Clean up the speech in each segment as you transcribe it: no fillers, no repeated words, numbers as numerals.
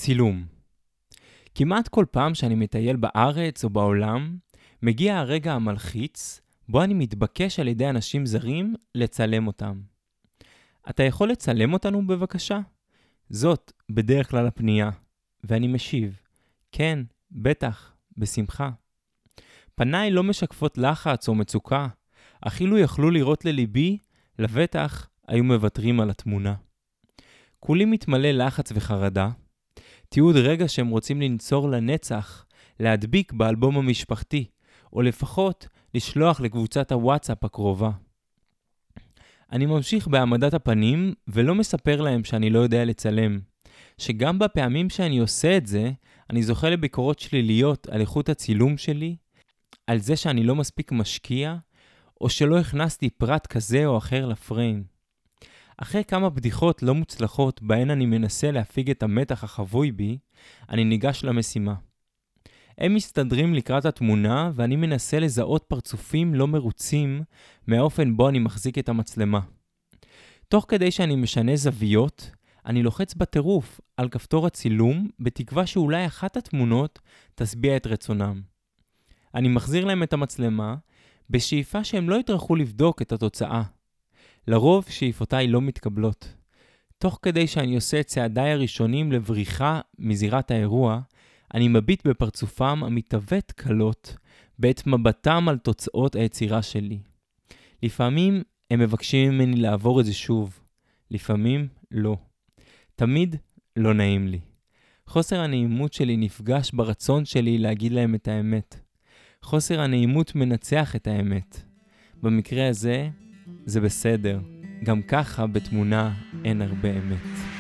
צילום. כמעט כל פעם שאני מטייל בארץ או בעולם, מגיע הרגע המלחיץ, בו אני מתבקש על ידי אנשים זרים לצלם אותם. אתה יכול לצלם אותנו בבקשה? זאת בדרך כלל הפנייה, ואני משיב, כן, בטח, בשמחה. פניי לא משקפות לחץ או מצוקה, אך אילו יכלו לראות לליבי, לבטח היו מוותרים על התמונה. כולי מתמלא לחץ וחרדה, תיעוד רגע שהם רוצים לנצור לנצח, להדביק באלבום המשפחתי, או לפחות לשלוח לקבוצת הוואטסאפ הקרובה. אני ממשיך בהעמדת הפנים ולא מספר להם שאני לא יודע לצלם, שגם בפעמים שאני עושה את זה, אני זוכה לביקורות שליליות על איכות הצילום שלי, על זה שאני לא מספיק משקיע, או שלא הכנסתי פרט כזה או אחר לפריים. אחרי כמה בדיחות לא מוצלחות בהן אני מנסה להפיג את המתח החבוי בי, אני ניגש למשימה. הם מסתדרים לקראת התמונה ואני מנסה לזהות פרצופים לא מרוצים מהאופן בו אני מחזיק את המצלמה. תוך כדי שאני משנה זוויות, אני לוחץ בטירוף על כפתור הצילום בתקווה שאולי אחת התמונות תשביע את רצונם. אני מחזיר להם את המצלמה בשאיפה שהם לא יטרחו לבדוק את התוצאה. לרוב שאיפותיי לא מתקבלות. תוך כדי שאני עושה את צעדיי הראשונים לבריחה מזירת האירוע, אני מביט בפרצופם המתהוות קלות בעת מבטם על תוצאות היצירה שלי. לפעמים הם מבקשים ממני לעבור את זה שוב, לפעמים לא. תמיד לא נעים לי. חוסר הנעימות שלי נפגש ברצון שלי להגיד להם את האמת. חוסר הנעימות מנצח את האמת. במקרה הזה, זה בסדר. גם ככה בתמונה אין הרבה אמת.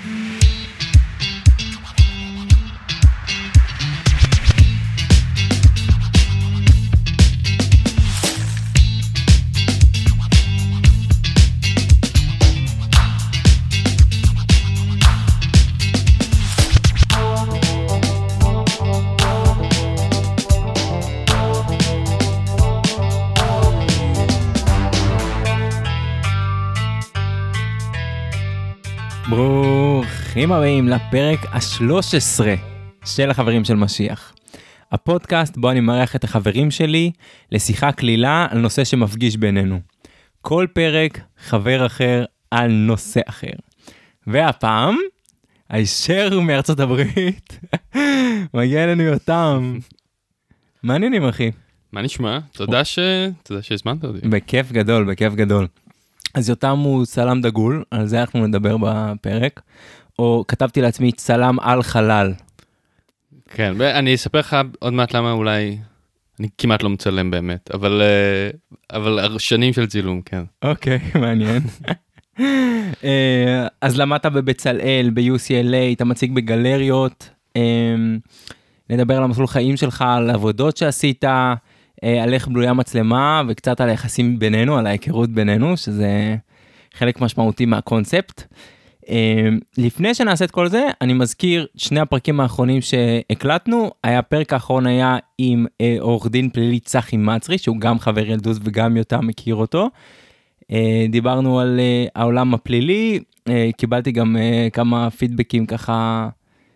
ברוכים הבאים לפרק ה-13 של החברים של משיח. הפודקאסט בו אני מארח את החברים שלי לשיחה כלילה על נושא שמפגיש בינינו. כל פרק חבר אחר על נושא אחר. והפעם, הישר מארצות הברית, מגיע אלינו יותם. מעניינים אחי. מה נשמע? תודה שהזמנת אותי. בכיף גדול, בכיף גדול. אז יותם הוא צלם דגול, על זה אנחנו נדבר בפרק, או כתבתי לעצמי צלם על חלל. כן, אני אספר לך עוד מעט למה אולי, אני כמעט לא מצלם באמת, אבל שנים של צילום, כן. אוקיי, מעניין. אז למדת בבצלאל, ב-UCLA, אתה מציג בגלריות, נדבר על המסלול חיים שלך, על עבודות שעשית, על איך בלויה מצלמה, וקצת על היחסים בינינו, על ההיכרות בינינו, שזה חלק משמעותי מהקונספט. לפני שנעשה את כל זה, אני מזכיר שני הפרקים האחרונים שהקלטנו, הפרק האחרון היה עם עורך דין פלילי צחי מצרי, שהוא גם חבר ילדות וגם יותם מכיר אותו. דיברנו על העולם הפלילי, קיבלתי גם כמה פידבקים ככה,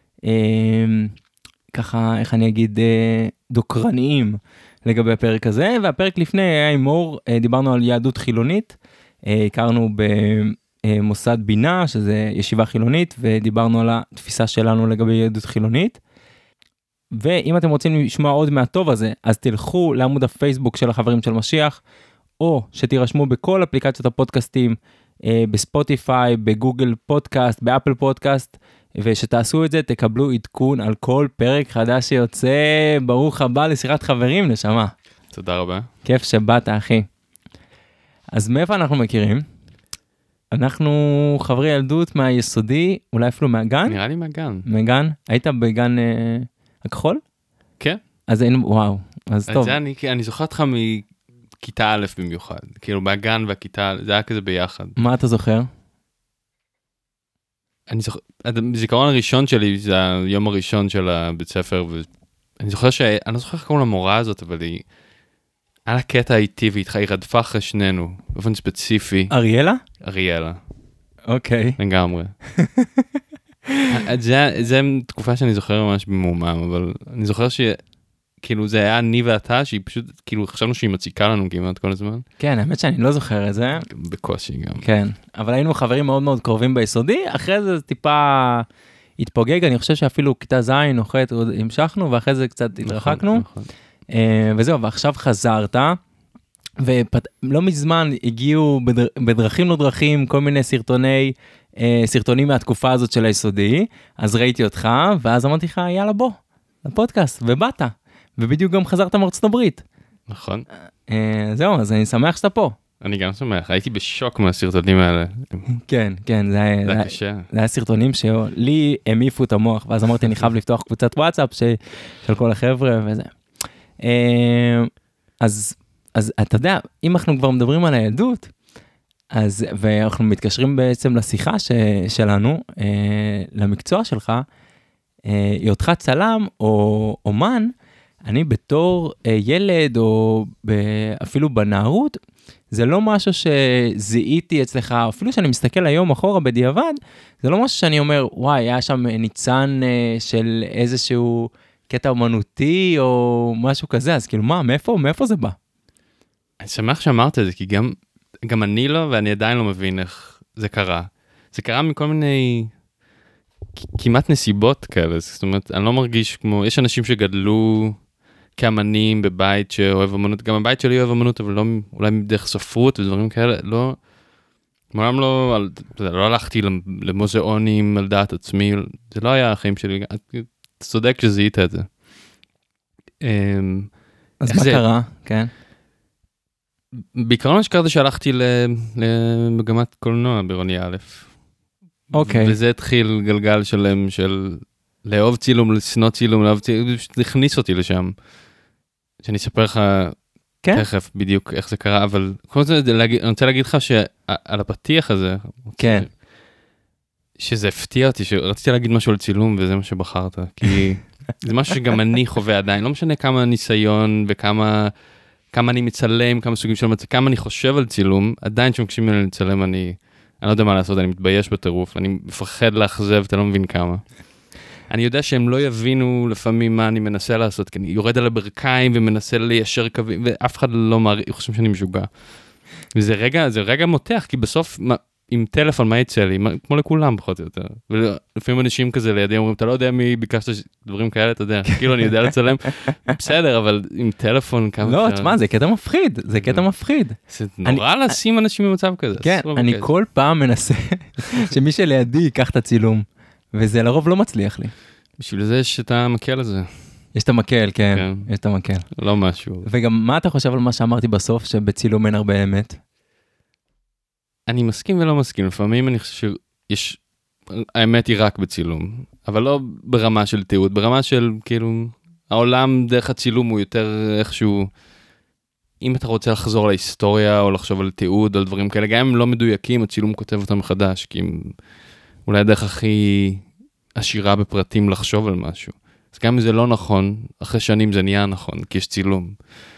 איך אני אגיד, דוקרניים לגבי הפרק הזה, והפרק לפני היה עם מור, דיברנו על יהדות חילונית, הכרנו במוסד בינה, שזה ישיבה חילונית, ודיברנו על התפיסה שלנו לגבי יהדות חילונית. ואם אתם רוצים לשמוע עוד מהטוב הזה, אז תלכו לעמוד הפייסבוק של החברים של משיח, או שתירשמו בכל אפליקציות הפודקאסטים, בספוטיפיי, בגוגל פודקאסט, באפל פודקאסט, ושתעשו את זה, תקבלו עדכון על כל פרק חדש שיוצא. ברוך הבא לשיחת חברים, נשמה. תודה רבה. כיף שבאת, אחי. אז מאיפה אנחנו מכירים? אנחנו חברי ילדות מהיסודי, אולי אפילו מהגן? נראה לי מהגן. מהגן? היית בגן הכחול? כן. אז היינו, וואו, אז טוב. זה אני זוכר אותך מכיתה א' במיוחד. כאילו מהגן והכיתה, זה היה כזה ביחד. מה אתה זוכר? אני זוכר, הזיכרון הראשון שלי, זה היום הראשון של הבית ספר, ואני זוכר אני לא זוכר איך קוראים למורה הזאת, אבל היא, היה לה קטע איתי, והיא רדפה אחרי שנינו, באופן ספציפי. אריאלה? אריאלה. אוקיי. לגמרי. זה תקופה שאני זוכר ממש במומם, אבל אני זוכר שכאילו זה היה אני ואתה, שהיא פשוט, כאילו חשבנו שהיא מציקה לנו כמעט כל הזמן. כן, האמת שאני לא זוכר את זה. בקושי גם. כן, אבל היינו חברים מאוד מאוד קרובים ביסודי, אחרי זה טיפה התפוגג, אני חושב שאפילו כיתה ז' או ח' המשכנו, ואחרי זה קצת התרחקנו. נכון. וזהו, ועכשיו חזרת, ולא מזמן הגיעו בדרכים לא דרכים כל מיני סרטונים מהתקופה הזאת של היסודי, אז ראיתי אותך, ואז אמרתי לך, יאללה בוא, לפודקאסט, ובאת, ובדיוק גם חזרת מארצות הברית. נכון. זהו, אז אני שמח שאתה פה. אני גם שמח, הייתי בשוק מהסרטונים האלה. כן, כן, זה היה קשה. זה היה סרטונים שלי המיפו את המוח, ואז אמרתי, אני חייב לפתוח קבוצת וואטסאפ של כל החבר'ה וזה. אז אתה יודע, אם אנחנו כבר מדברים על הילדות, ואנחנו מתקשרים בעצם לשיחה שלנו, למקצוע שלך, היותך צלם או אומן, אני בתור ילד או אפילו בנערות, זה לא משהו שזיהיתי אצלך, אפילו שאני מסתכל היום אחורה בדיעבד, זה לא משהו שאני אומר, וואי, היה שם ניצן של איזשהו קטע אומנותי או משהו כזה, אז כאילו מה, מאיפה זה בא? אני שמח שאמרת את זה, כי גם אני לא, ואני עדיין לא מבין איך זה קרה. זה קרה מכל מיני כמעט נסיבות כאלה, זאת אומרת, אני לא מרגיש כמו, יש אנשים שגדלו כאמנים בבית שאוהב אמנות, גם הבית שלי אוהב אמנות, אבל לא, אולי מדרך ספרות ודברים כאלה, לא, מעולם לא הלכתי למוזיאונים על דעת עצמי, זה לא היה החיים שלי, אתה צודק שזיהית את זה. אז מה קרה? כן. בעיקרון שקרתי שהלכתי למגמת קולנוע בעירוני א'. אוקיי. וזה התחיל גלגל שלם של לאהוב צילום, לשנוא צילום, לאהוב צילום, זה הכניס אותי לשם. שאני אספר לך תכף בדיוק איך זה קרה, אבל אני רוצה להגיד לך שעל הפתיח הזה, כן. שזה הפתיע אותי, שרציתי להגיד משהו על צילום וזה מה שבחרת, כי זה משהו שגם אני חווה עדיין, לא משנה כמה ניסיון וכמה אני מצלם, כמה סוגים של מצלם, כמה אני חושב על צילום, עדיין שמקשיבים לי לצלם, אני לא יודע מה לעשות, אני מתבייש בטירוף, אני מפחד לאכזב, אתה לא מבין כמה. אני יודע שהם לא יבינו לפעמים מה אני מנסה לעשות, כי אני יורד על הברכיים ומנסה ליישר קווים, ואף אחד לא מעריך, חושב שאני משוגע. וזה רגע מותח, כי בסוף, עם טלפון, מה יצא לי? כמו לכולם, פחות או יותר. ולפעמים אנשים כזה לידי אומרים, אתה לא יודע מי ביקשת דברים כאלה, אתה יודע, כאילו אני יודע לצלם, בסדר, אבל עם טלפון כמה... לא, תשמע, זה קטע מפחיד, זה קטע מפחיד. זה נורא לשים אנשים במצב כזה. כן, אני כל פעם מנסה שמי שלידי ייקח את הצילום, וזה לרוב לא מצליח לי. בשביל זה יש את המקל הזה. יש את המקל, כן, יש את המקל. לא משהו. וגם מה אתה חושב על מה שאמרתי בסוף, שבצילום אין הרבה אמת? אני מסכים ולא מסכים, לפעמים אני חושב שיש, האמת היא רק בצילום, אבל לא ברמה של תיעוד, ברמה של כאילו, העולם דרך הצילום הוא יותר איכשהו, אם אתה רוצה לחזור להיסטוריה או לחשוב על תיעוד או על דברים כאלה, גם אם לא מדויקים, הצילום כותב אותם מחדש, כי אולי הדרך הכי עשירה בפרטים לחשוב על משהו. אז גם אם זה לא נכון, אחרי שנים זה נהיה נכון, כי יש צילום.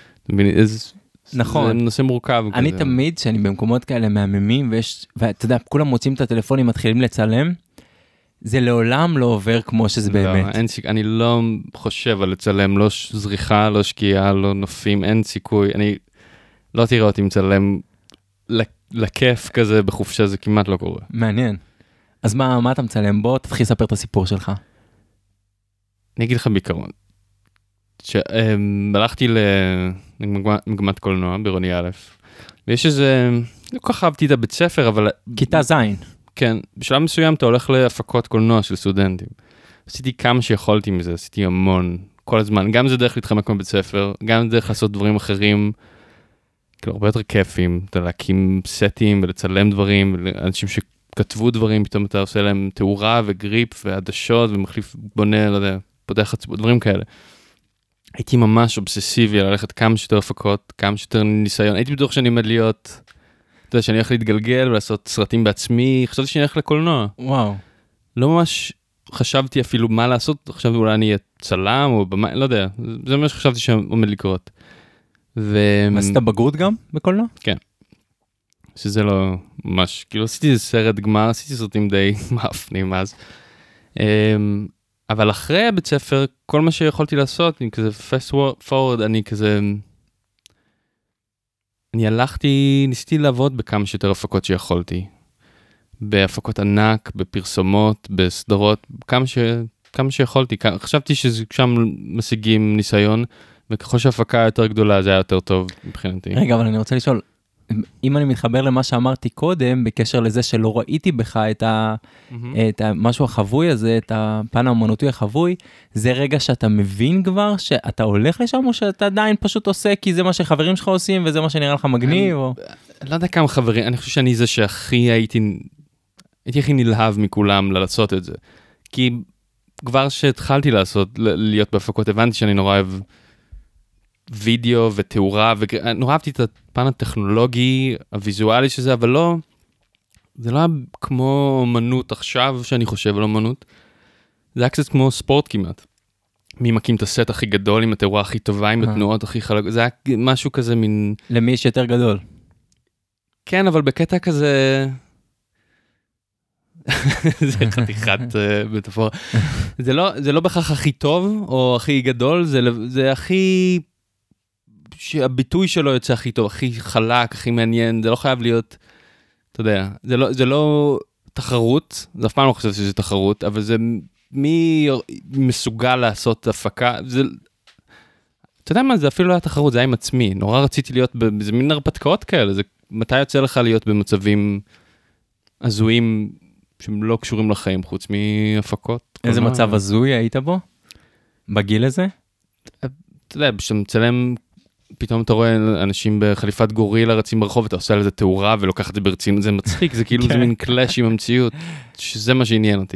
נכון. זה נושא מורכב. אני תמיד, שאני במקומות כאלה מהממים, ואתה יודע, כולם מוצאים את הטלפונים, מתחילים לצלם, זה לעולם לא עובר כמו שזה באמת. אני לא חושב על לצלם, לא זריחה, לא שקיעה, לא נופים, אין סיכוי. אני לא תראה אותי מצלם לכיף כזה בחופשה, זה כמעט לא קורה. מעניין. אז מה אתה מצלם? בוא תתחיל לספר את הסיפור שלך. אני אגיד לך בעיקרון. הלכתי למגמת קולנוע בעירוני א', ויש איזה, לא כל כך אהבתי את הבית ספר, אבל... כיתה זין. כן, בשלב מסוים אתה הולך להפקות קולנוע של סטודנטים. עשיתי כמה שיכולתי מזה, עשיתי המון, כל הזמן, גם זה דרך להתחמק מבית ספר, גם זה דרך לעשות דברים אחרים, כאילו הרבה יותר כיפים, אתה להקים סטים ולצלם דברים, אנשים שכתבו דברים, פתאום אתה עושה להם תאורה וגריפ ועדשות ומחליף בונה, לא יודע, פותח דברים כאלה. הייתי ממש אובססיבי ללכת כמה שיותר הפקות, כמה שיותר ניסיון. הייתי בטוח שאני עומד להיות, אתה יודע, שאני הולך להתגלגל ולעשות סרטים בעצמי. חשבתי שאני הולך לקולנוע. וואו. לא ממש חשבתי אפילו מה לעשות. חשבתי אולי אני אהיה צלם או במה, לא יודע. זה מה שחשבתי שעומד לקרות. עשית בגרות גם בקולנוע? כן. שזה לא ממש, כאילו עשיתי איזה סרט גמר, עשיתי סרטים די מאפנים אז. אבל אחרי הבית ספר, כל מה שיכולתי לעשות, אני כזה fast forward, אני ניסיתי לעבוד בכמה שיותר הפקות שיכולתי. בהפקות ענק, בפרסומות, בסדרות, כמה שיכולתי. חשבתי ששם משיגים ניסיון, וככל שההפקה יותר גדולה, זה היה יותר טוב מבחינתי. רגע, אבל אני רוצה לשאול, אם אני מתחבר למה שאמרתי קודם, בקשר לזה שלא ראיתי בך את המשהו החבוי הזה, את הפן האמנותי החבוי, זה רגע שאתה מבין כבר שאתה הולך לשם, או שאתה עדיין פשוט עושה, כי זה מה שחברים שלך עושים, וזה מה שנראה לך מגניב, או... אני לא יודע כמה חברים, אני חושב שאני זה שהכי הייתי הכי נלהב מכולם לעשות את זה. כי כבר שהתחלתי להיות בהפקות, הבנתי שאני נורא אוהב וידאו ותאורה, ונורא אהבתי את הפן הטכנולוגי, הוויזואלי שזה, אבל לא, זה לא היה כמו אומנות עכשיו, שאני חושב על אומנות. זה היה קצת כמו ספורט כמעט. מי מקים את הסט הכי גדול, עם התאורה הכי טובה, עם התנועות הכי חלק, זה היה משהו כזה מין... למי יש יותר גדול? כן, אבל בקטע כזה... זה חתיכת מטאפורה. זה לא בהכרח הכי טוב, או הכי גדול, זה הכי... שהביטוי שלו יוצא הכי טוב, הכי חלק, הכי מעניין, זה לא חייב להיות, אתה יודע, זה לא תחרות, זה אף פעם לא חושב שזה תחרות, אבל זה מי מסוגל לעשות הפקה, אתה יודע מה, זה אפילו לא היה תחרות, זה היה עם עצמי, נורא רציתי להיות באיזה מין הרפתקאות כאלה, זה מתי יוצא לך להיות במצבים הזויים שהם לא קשורים לחיים, חוץ מהפקות. איזה מצב הזוי היית בו? בגיל הזה? אתה יודע, כשאתה מצלם, פתאום אתה רואה אנשים בחליפת גורילה רצים ברחוב, אתה עושה לזה תאורה ולוקח את זה ברצינות, זה מצחיק, זה כאילו זה מין קלאש עם המציאות, שזה מה שעניין אותי.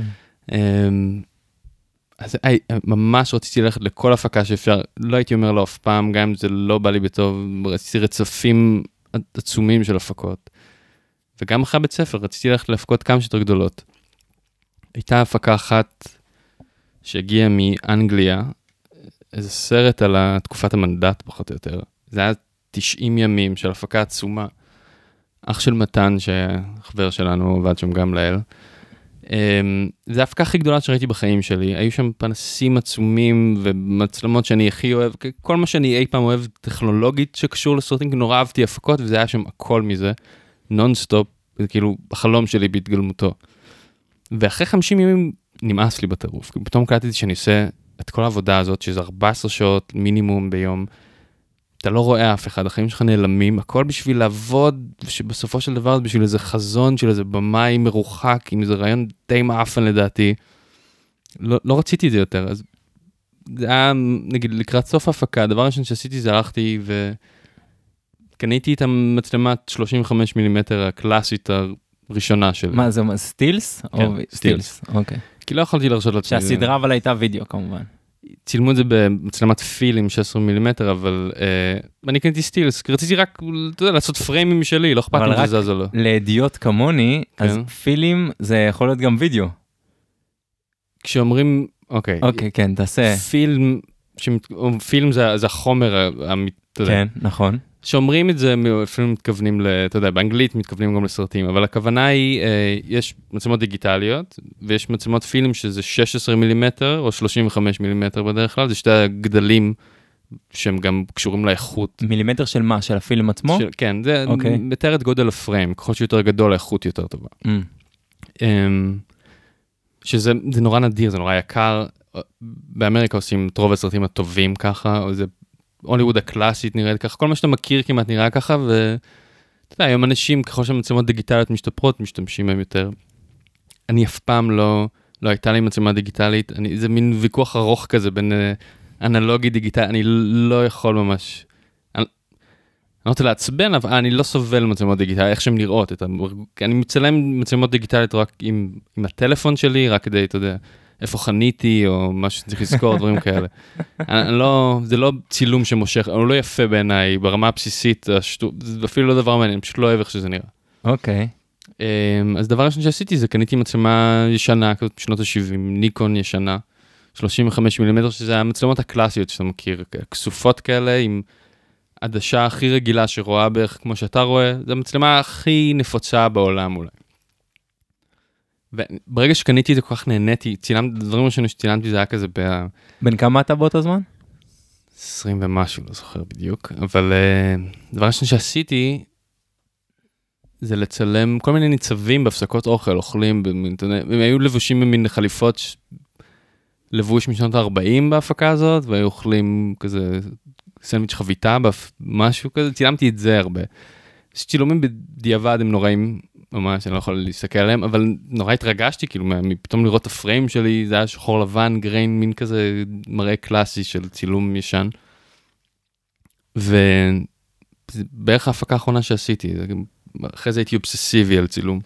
אז ממש רציתי ללכת לכל הפקה שאפשר, לא הייתי אומר לו אף פעם, גם אם זה לא בא לי בטוב, רציתי רצפים עצומים של הפקות. וגם אחרי בית ספר, רציתי ללכת להפקות כמה שיותר גדולות. הייתה הפקה אחת שהגיעה מאנגליה, איזה סרט על תקופת המנדט, פחות או יותר. זה היה 90 ימים של הפקה עצומה. אח של מתן, שחבר שלנו, עובד שם גם לאל. זה ההפקה הכי גדולה שראיתי בחיים שלי. היו שם פנסים עצומים ומצלמות שאני הכי אוהב. כל מה שאני אי פעם אוהב טכנולוגית שקשור לסרטים, נורא אהבתי הפקות, וזה היה שם הכל מזה. נונסטופ, זה כאילו החלום שלי בהתגלמותו. ואחרי 50 ימים נמאס לי בטירוף. פתאום קלטתי שאני עושה את כל העבודה הזאת, שזה 14 שעות מינימום ביום, אתה לא רואה אף אחד, החיים שלך נעלמים, הכל בשביל לעבוד, שבסופו של דבר, בשביל איזה חזון של איזה במאי מרוחק, עם איזה רעיון די מאפן לדעתי, לא רציתי את זה יותר, אז זה היה, נגיד, לקראת סוף ההפקה, הדבר הראשון שעשיתי זה הלכתי וקניתי את המצלמת 35 מילימטר הקלאסית הראשונה שלי. מה זה, סטילס? כן, סטילס. אוקיי. כי לא יכולתי לרשות לעצמי. שהסדרה אבל הייתה וידאו כמובן. צילמו את זה במצלמת פילים 16 מילימטר, אבל אני קניתי סטילס, כי רציתי רק, אתה יודע, לעשות פריימים משלי, לא אכפת לי שזה זז או לא. לידיעות כמוני, אז פילים זה יכול להיות גם וידאו. כשאומרים, אוקיי. אוקיי, כן, תעשה. פילם זה החומר, כן, נכון. שאומרים את זה, אפילו מתכוונים, אתה יודע, באנגלית מתכוונים גם לסרטים, אבל הכוונה היא, יש מצלמות דיגיטליות, ויש מצלמות פילם שזה 16 מילימטר, או 35 מילימטר בדרך כלל, זה שתי הגדלים שהם גם קשורים לאיכות. מילימטר של מה? של הפילם עצמו? כן, זה מתאר את גודל הפריים, ככל שיותר גדול, האיכות יותר טובה. שזה נורא נדיר, זה נורא יקר, באמריקה עושים את רוב הסרטים הטובים ככה, או זה הוליווד הקלאסית נראית ככה, כל מה שאתה מכיר כמעט נראה ככה, ואתה יודע, היום אנשים, ככל שהמצלמות דיגיטליות משתפרות, משתמשים בהם יותר. אני אף פעם לא הייתה לי מצלמה דיגיטלית, זה מין ויכוח ארוך כזה בין אנלוגי דיגיטלי, אני לא יכול ממש, אני לא רוצה לעצבן, אבל אני לא סובל מצלמות דיגיטליות, איך שהן נראות, אני מצלם מצלמות דיגיטליות רק עם הטלפון שלי, רק כדי, אתה יודע, איפה חניתי, או משהו שצריך לזכור, דברים כאלה. זה לא צילום שמושך, הוא לא יפה בעיניי, ברמה הבסיסית, זה אפילו לא דבר מעניין, אני פשוט לא אוהב איך שזה נראה. אוקיי. אז דבר ראשון שעשיתי זה, קניתי מצלמה ישנה, בשנות ה-70, ניקון ישנה, 35 מילימטר, שזה המצלמות הקלאסיות שאתה מכיר, כסופות כאלה, עם עדשה הכי רגילה שרואה בערך כמו שאתה רואה, זו המצלמה הכי נפוצה בעולם אולי. וברגע שקניתי את זה כל כך נהניתי, דברים ראשונים שצילמתי זה היה כזה בן כמה אתה באותו זמן? 20 ומשהו, לא זוכר בדיוק, אבל דבר ראשון שעשיתי, זה לצלם כל מיני ניצבים בהפסקות אוכל, אוכלים, הם היו לבושים במין חליפות, לבוש משנות ה-40 בהפקה הזאת, והיו אוכלים כזה סנדוויץ' חביתה, משהו כזה, צילמתי את זה הרבה. צילומים בדיעבד הם נוראים, ממש, אני לא יכול להסתכל עליהם, אבל נורא התרגשתי, כאילו, פתאום לראות את הפריים שלי, זה היה שחור לבן, גריין, מין כזה מראה קלאסי של צילום ישן. ובערך ההפקה האחרונה שעשיתי, אחרי זה הייתי אובססיבי על צילום.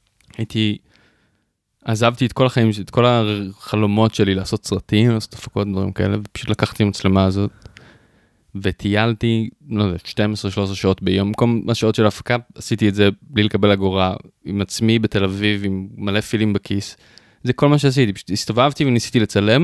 עזבתי את כל החיים, את כל החלומות שלי לעשות סרטים, לעשות הפקות, דברים כאלה, ופשוט לקחתי מצלמה הזאת, וטיילתי, לא יודע, 12-13 שעות ביום, במקום השעות של ההפקה, עשיתי את זה בלי לקבל אגורה, עם עצמי בתל אביב, עם מלא פילים בכיס. זה כל מה שעשיתי, פשוט הסתובבתי וניסיתי לצלם,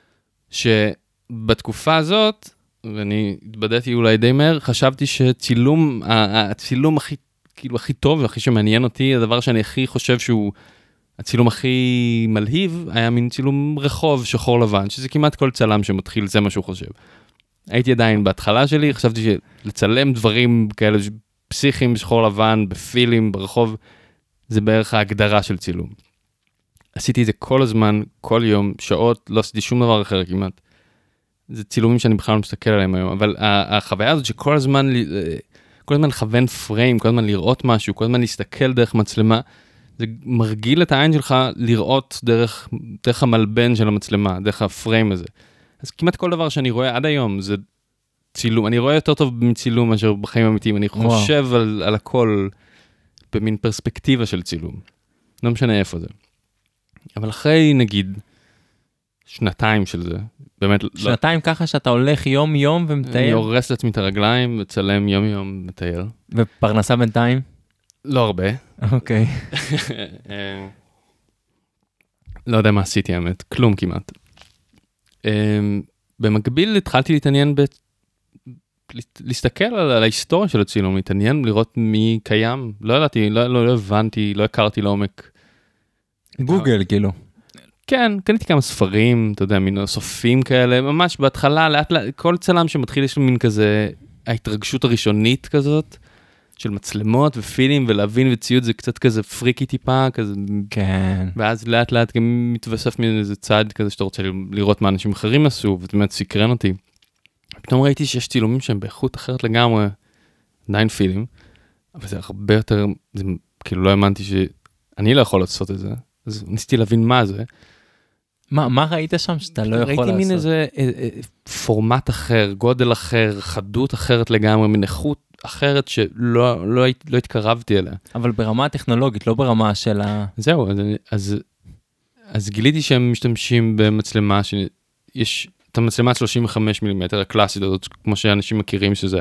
שבתקופה הזאת, ואני התבדעתי אולי די מהר, חשבתי שצילום, הצילום הכי טוב, והכי שמעניין אותי, הדבר שאני הכי חושב שהוא הצילום הכי מלהיב, היה מין צילום רחוב שחור לבן, שזה כמעט כל צלם שמתחיל, זה מה שהוא חושב. הייתי עדיין בהתחלה שלי, חשבתי שלצלם דברים כאלה פסיכיים שחור לבן, בפילים, ברחוב, זה בערך ההגדרה של צילום. עשיתי את זה כל הזמן, כל יום, שעות, לא עשיתי שום דבר אחר כמעט. זה צילומים שאני בכלל לא מסתכל עליהם היום, אבל החוויה הזאת שכל הזמן לכוון פריים, כל הזמן לראות משהו, כל הזמן להסתכל דרך מצלמה, זה מרגיל את העין שלך לראות דרך המלבן של המצלמה, דרך הפריים הזה. אז כמעט כל דבר שאני רואה עד היום זה צילום. אני רואה יותר טוב מצילום מאשר בחיים אמיתיים. אני חושב על הכל במין פרספקטיבה של צילום. לא משנה איפה זה. אבל אחרי נגיד שנתיים של זה, באמת... שנתיים ככה שאתה הולך יום-יום ומטייל? אני הורס לעצמי את הרגליים, מצלם יום-יום, מטייל. ופרנסה בינתיים? לא הרבה. אוקיי. לא יודע מה עשיתי, האמת. כלום כמעט. במקביל התחלתי להתעניין להסתכל על ההיסטוריה של הצילום, להתעניין, לראות מי קיים. לא ידעתי, לא הבנתי, לא הכרתי לעומק. גוגל, כאילו. כן, קניתי כמה ספרים, אתה יודע, מין סופים כאלה, ממש בהתחלה, לאט, כל צלם שמתחיל יש לו מין כזה, ההתרגשות הראשונית כזאת, של מצלמות ופילים ולהבין וציוד, זה קצת כזה פריקי טיפה, כזה, כן. ואז לאט לאט גם מתווסף מאיזה צעד כזה שאתה רוצה לראות מה אנשים אחרים עשו, וזה באמת סקרן אותי. פתאום ראיתי שיש צילומים שהם באיכות אחרת לגמרי, עדיין פילים, אבל זה הרבה יותר, זה, כאילו לא האמנתי שאני לא יכול לעשות את זה, אז ניסיתי להבין מה זה. מה ראית שם שאתה לא יכול לעשות? ראיתי מין איזה פורמט אחר, גודל אחר, חדות אחרת לגמרי, מין איכות אחרת שלא התקרבתי אליה. אבל ברמה הטכנולוגית, לא ברמה של זהו, אז גיליתי שהם משתמשים במצלמה, שיש את המצלמה 35 מילימטר, הקלאסית הזאת, כמו שאנשים מכירים שזה,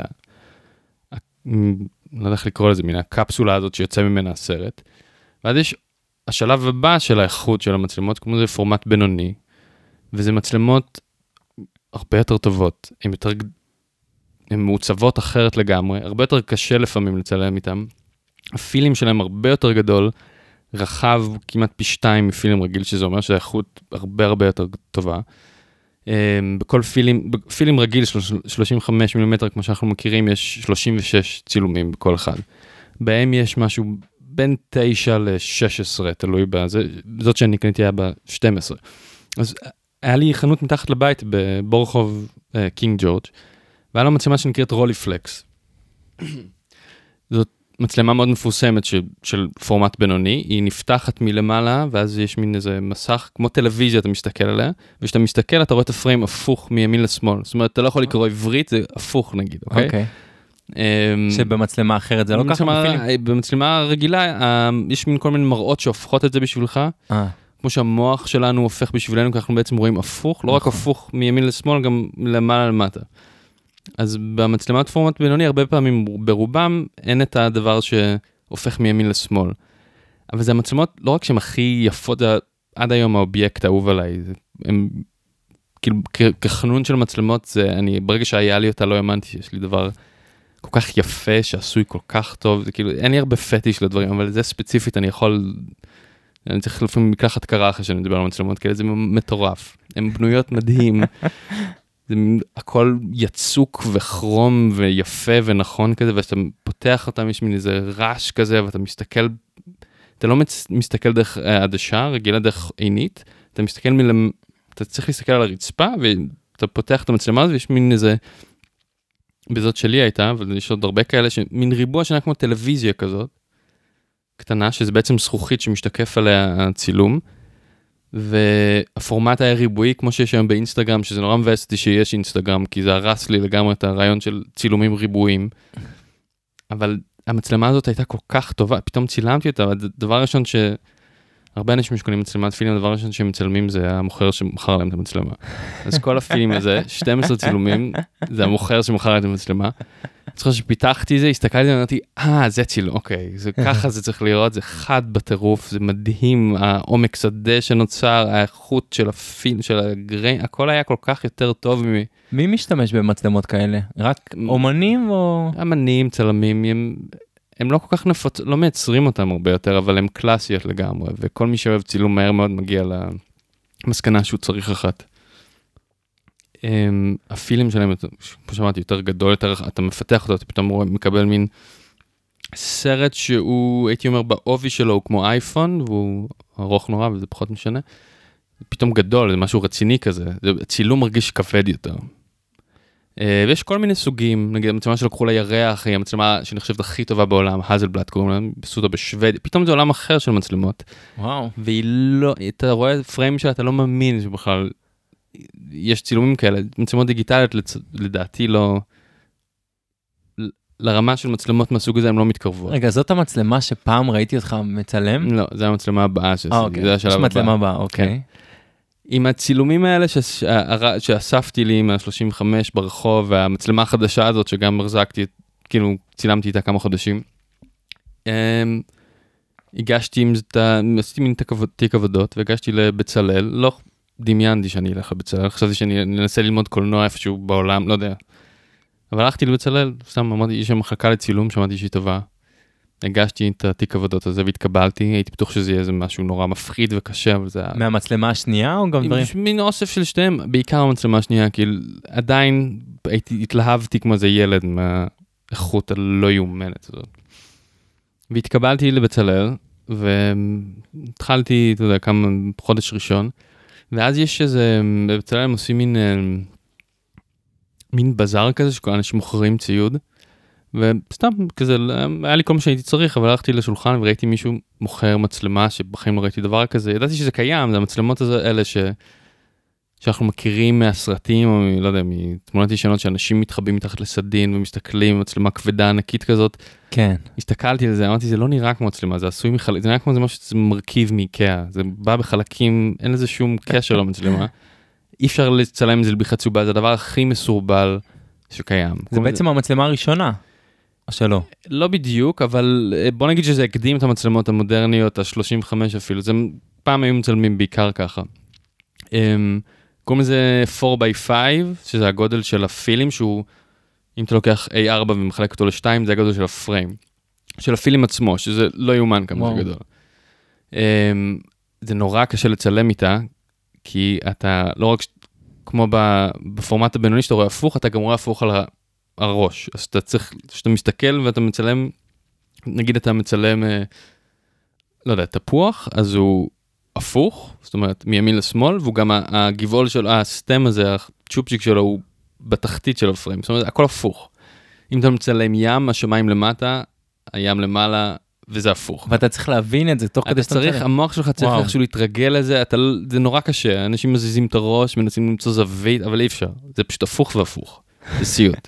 לא יודע איך לקרוא לזה, מן הקפסולה הזאת שיוצא ממנה הסרט. ואז יש השלב הבא של האיכות של המצלמות, כמו זה פורמט בינוני, וזה מצלמות הרבה יותר טובות, הן מעוצבות אחרת לגמרי, הרבה יותר קשה לפעמים לצלם איתם, הפילים שלהם הרבה יותר גדול, רחב כמעט פי 2 מפילים רגיל, שזה אומר שהאיכות הרבה יותר טובה. בכל פילים רגיל 35 מילימטר, כמו שאנחנו מכירים, יש 36 צילומים בכל אחד. בהם יש משהו בין 9 ל-16, תלוי בזה, זאת שאני קניתי היה ב-12. אז היה לי חנות מתחת לבית בבורחוב קינג ג'ורג', והיה לו מצלמה שנקראת רולי פלקס. זאת מצלמה מאוד מפורסמת של פורמט בינוני, היא נפתחת מלמעלה, ואז יש מין איזה מסך, כמו טלוויזיה, אתה מסתכל עליה, וכשאתה מסתכל, אתה רואה את הפריים הפוך מימין לשמאל. זאת אומרת, אתה לא יכול לקרוא עברית, זה הפוך נגיד, אוקיי? אוקיי. שבמצלמה אחרת זה לא ככה? במצלמה רגילה, יש מין כל מיני מראות שהופכות את זה בשבילך, כמו שהמוח שלנו הופך בשבילנו, כי אנחנו בעצם רואים הפוך, לא רק הפוך מימין לשמאל, גם למעלה למטה. אז במצלמת פורמט בינוני, הרבה פעמים ברובם, אין את הדבר שהופך מימין לשמאל. אבל זה המצלמות, לא רק שהן הכי יפות, זה עד היום האובייקט האהוב עליי. הם, כאילו, כחנון של מצלמות, ברגע שהיה לי אותה, לא האמנתי שיש לי דבר כל כך יפה, שעשוי כל כך טוב. זה כאילו, אין לי הרבה פטיש לדברים, אבל זה ספציפית, אני יכול אני צריך לפעמים מקלחת קרה אחרי שאני מדבר על מצלמות כאלה, זה מטורף. הן בנויות מדהים. זה הכל יצוק וכרום ויפה ונכון כזה, ואתה פותח אותם, יש מין איזה רעש כזה, ואתה מסתכל, אתה לא מסתכל דרך עדשה, רגילה דרך עינית, אתה מסתכל אתה צריך להסתכל על הרצפה, ואתה פותח את המצלמה הזו, ויש מין איזה, בזאת שלי הייתה, אבל יש עוד הרבה כאלה, מין ריבוע שנה כמו טלוויזיה כזאת, קטנה, שזה בעצם זכוכית שמשתקף עליה הצילום, והפורמט היה ריבועי, כמו שיש היום באינסטגרם, שזה נורא מבאס אותי שיש אינסטגרם, כי זה הרס לי לגמרי את הרעיון של צילומים ריבועיים. אבל המצלמה הזאת הייתה כל כך טובה, פתאום צילמתי אותה, הדבר ראשון הרבה אנשים שקונים מצלמת פילים, הדבר ראשון שהם מצלמים זה המוכר שמכר להם את המצלמה. אז כל הפילים הזה, 12 צילומים, זה המוכר שמכר להם את המצלמה. זוכר שפיתחתי זה, הסתכלתי ואמרתי, זה צילום, אוקיי, ככה זה צריך לראות, זה חד בטירוף, זה מדהים, העומק שדה שנוצר, האיכות של הפיל, של הגריין, הכל היה כל כך יותר טוב מי משתמש במצלמות כאלה? רק אומנים או... אמנים, צלמים, הם לא כל כך לא מייצרים אותם הרבה יותר, אבל הם קלאסיות לגמרי, וכל מי שאוהב צילום מהר מאוד מגיע למסקנה שהוא צריך אחת. הפילים שלהם, כמו שאמרתי, יותר גדול, יותר, אתה מפתח אותו, אתה פתאום מקבל מין סרט שהוא, הייתי אומר, בעובי שלו הוא כמו אייפון, והוא ארוך נורא, וזה פחות משנה. פתאום גדול, זה משהו רציני כזה, צילום מרגיש כבד יותר. ויש כל מיני סוגים, נגיד המצלמה שלקחו לירח, היא המצלמה שנחשבת הכי טובה בעולם, הזלבלט קוראים לה, בסודה בשוודיה, פתאום זה עולם אחר של מצלמות. וואו. והיא לא, אתה רואה פריים שלה, אתה לא מאמין שבכלל יש צילומים כאלה, מצלמות דיגיטליות לדעתי לא, לרמה של מצלמות מהסוג הזה הן לא מתקרבות. רגע, זאת המצלמה שפעם ראיתי אותך מצלם? לא, זה המצלמה הבאה שעשיתי, זה השלב הבא. יש מצלמה הבאה, אוקיי. עם הצילומים האלה שאספתי לי מה-35 ברחוב, והמצלמה החדשה הזאת שגם הרזקתי, כאילו צילמתי איתה כמה חודשים, הגשתי עשיתי מין תיק עבודות, והגשתי לבצלאל, לא דמיינתי שאני אלך לבצלאל, חשבתי שאני אנסה ללמוד קולנוע איפשהו בעולם, לא יודע. אבל הלכתי לבצלאל, סתם אמרתי, יש שם מחלקה לצילום, שמעתי שהיא טובה. הגשתי את התיק עבודות הזה והתקבלתי, הייתי בטוח שזה יהיה איזה משהו נורא מפחיד וקשה, אבל זה... מהמצלמה השנייה או גם דברים? מין אוסף של שתיהם, בעיקר המצלמה השנייה, כי עדיין התלהבתי כמו איזה ילד מהאיכות הלא יאומנת הזאת. והתקבלתי לבצלאל, והתחלתי, אתה יודע, כמה חודש ראשון, ואז יש איזה, בבצלאל הם עושים מין בזאר כזה, שכל אנשים מוכרים ציוד, וסתם כזה, היה לי כל מה שהייתי צריך, אבל הלכתי לשולחן וראיתי מישהו מוכר מצלמה, שבחיים לא ראיתי דבר כזה, ידעתי שזה קיים, זה המצלמות האלה שאנחנו מכירים מהסרטים, או לא יודע, מתמונות ישנות שאנשים מתחבאים מתחת לסדין ומסתכלים, מצלמה כבדה ענקית כזאת. כן. הסתכלתי על זה, אמרתי, זה לא נראה כמו מצלמה, זה עשוי מחלק, זה נראה כמו זה משהו שזה מרכיב מאיקאה, זה בא בחלקים, אין לזה שום קשר למצלמה. אי אפשר לצלם את זה בלי צהובה, זה הדבר הכי מסורבל שקיים. זה בעצם המצלמה הראשונה, או שלא? לא בדיוק, אבל בוא נגיד שזה הקדים את המצלמות המודרניות, ה-35 אפילו, זה פעם היו מצלמים בעיקר ככה. קוראים לזה 4x5, שזה הגודל של הפילים, שהוא, אם אתה לוקח A4 ומחלק אותו ל2, זה הגודל של הפריים, של הפילים עצמו, שזה לא יאומן כמה זה גדול. זה נורא קשה לצלם איתה, כי אתה לא רק כמו בפורמט הבינוני שאתה רואה הפוך, אתה גם רואה הפוך על הראש. אז אתה צריך, כשאתה מסתכל ואתה מצלם, נגיד אתה מצלם, לא יודע, תפוח, אז הוא הפוך, זאת אומרת, מימין לשמאל, והוא גם הגבעול שלו, הסטם הזה, הצ'ופצ'יק שלו, הוא בתחתית של הפריים. זאת אומרת, הכל הפוך. אם אתה מצלם ים, השמיים למטה, הים למעלה, וזה הפוך. ואתה צריך להבין את זה תוך כדי שאתה צריך, המוח שלך צריך איכשהו להתרגל לזה, זה נורא קשה, אנשים מזיזים את הראש, מנסים למצוא זווית, אבל אי אפשר, זה פשוט הפוך והפוך, זה סיוט.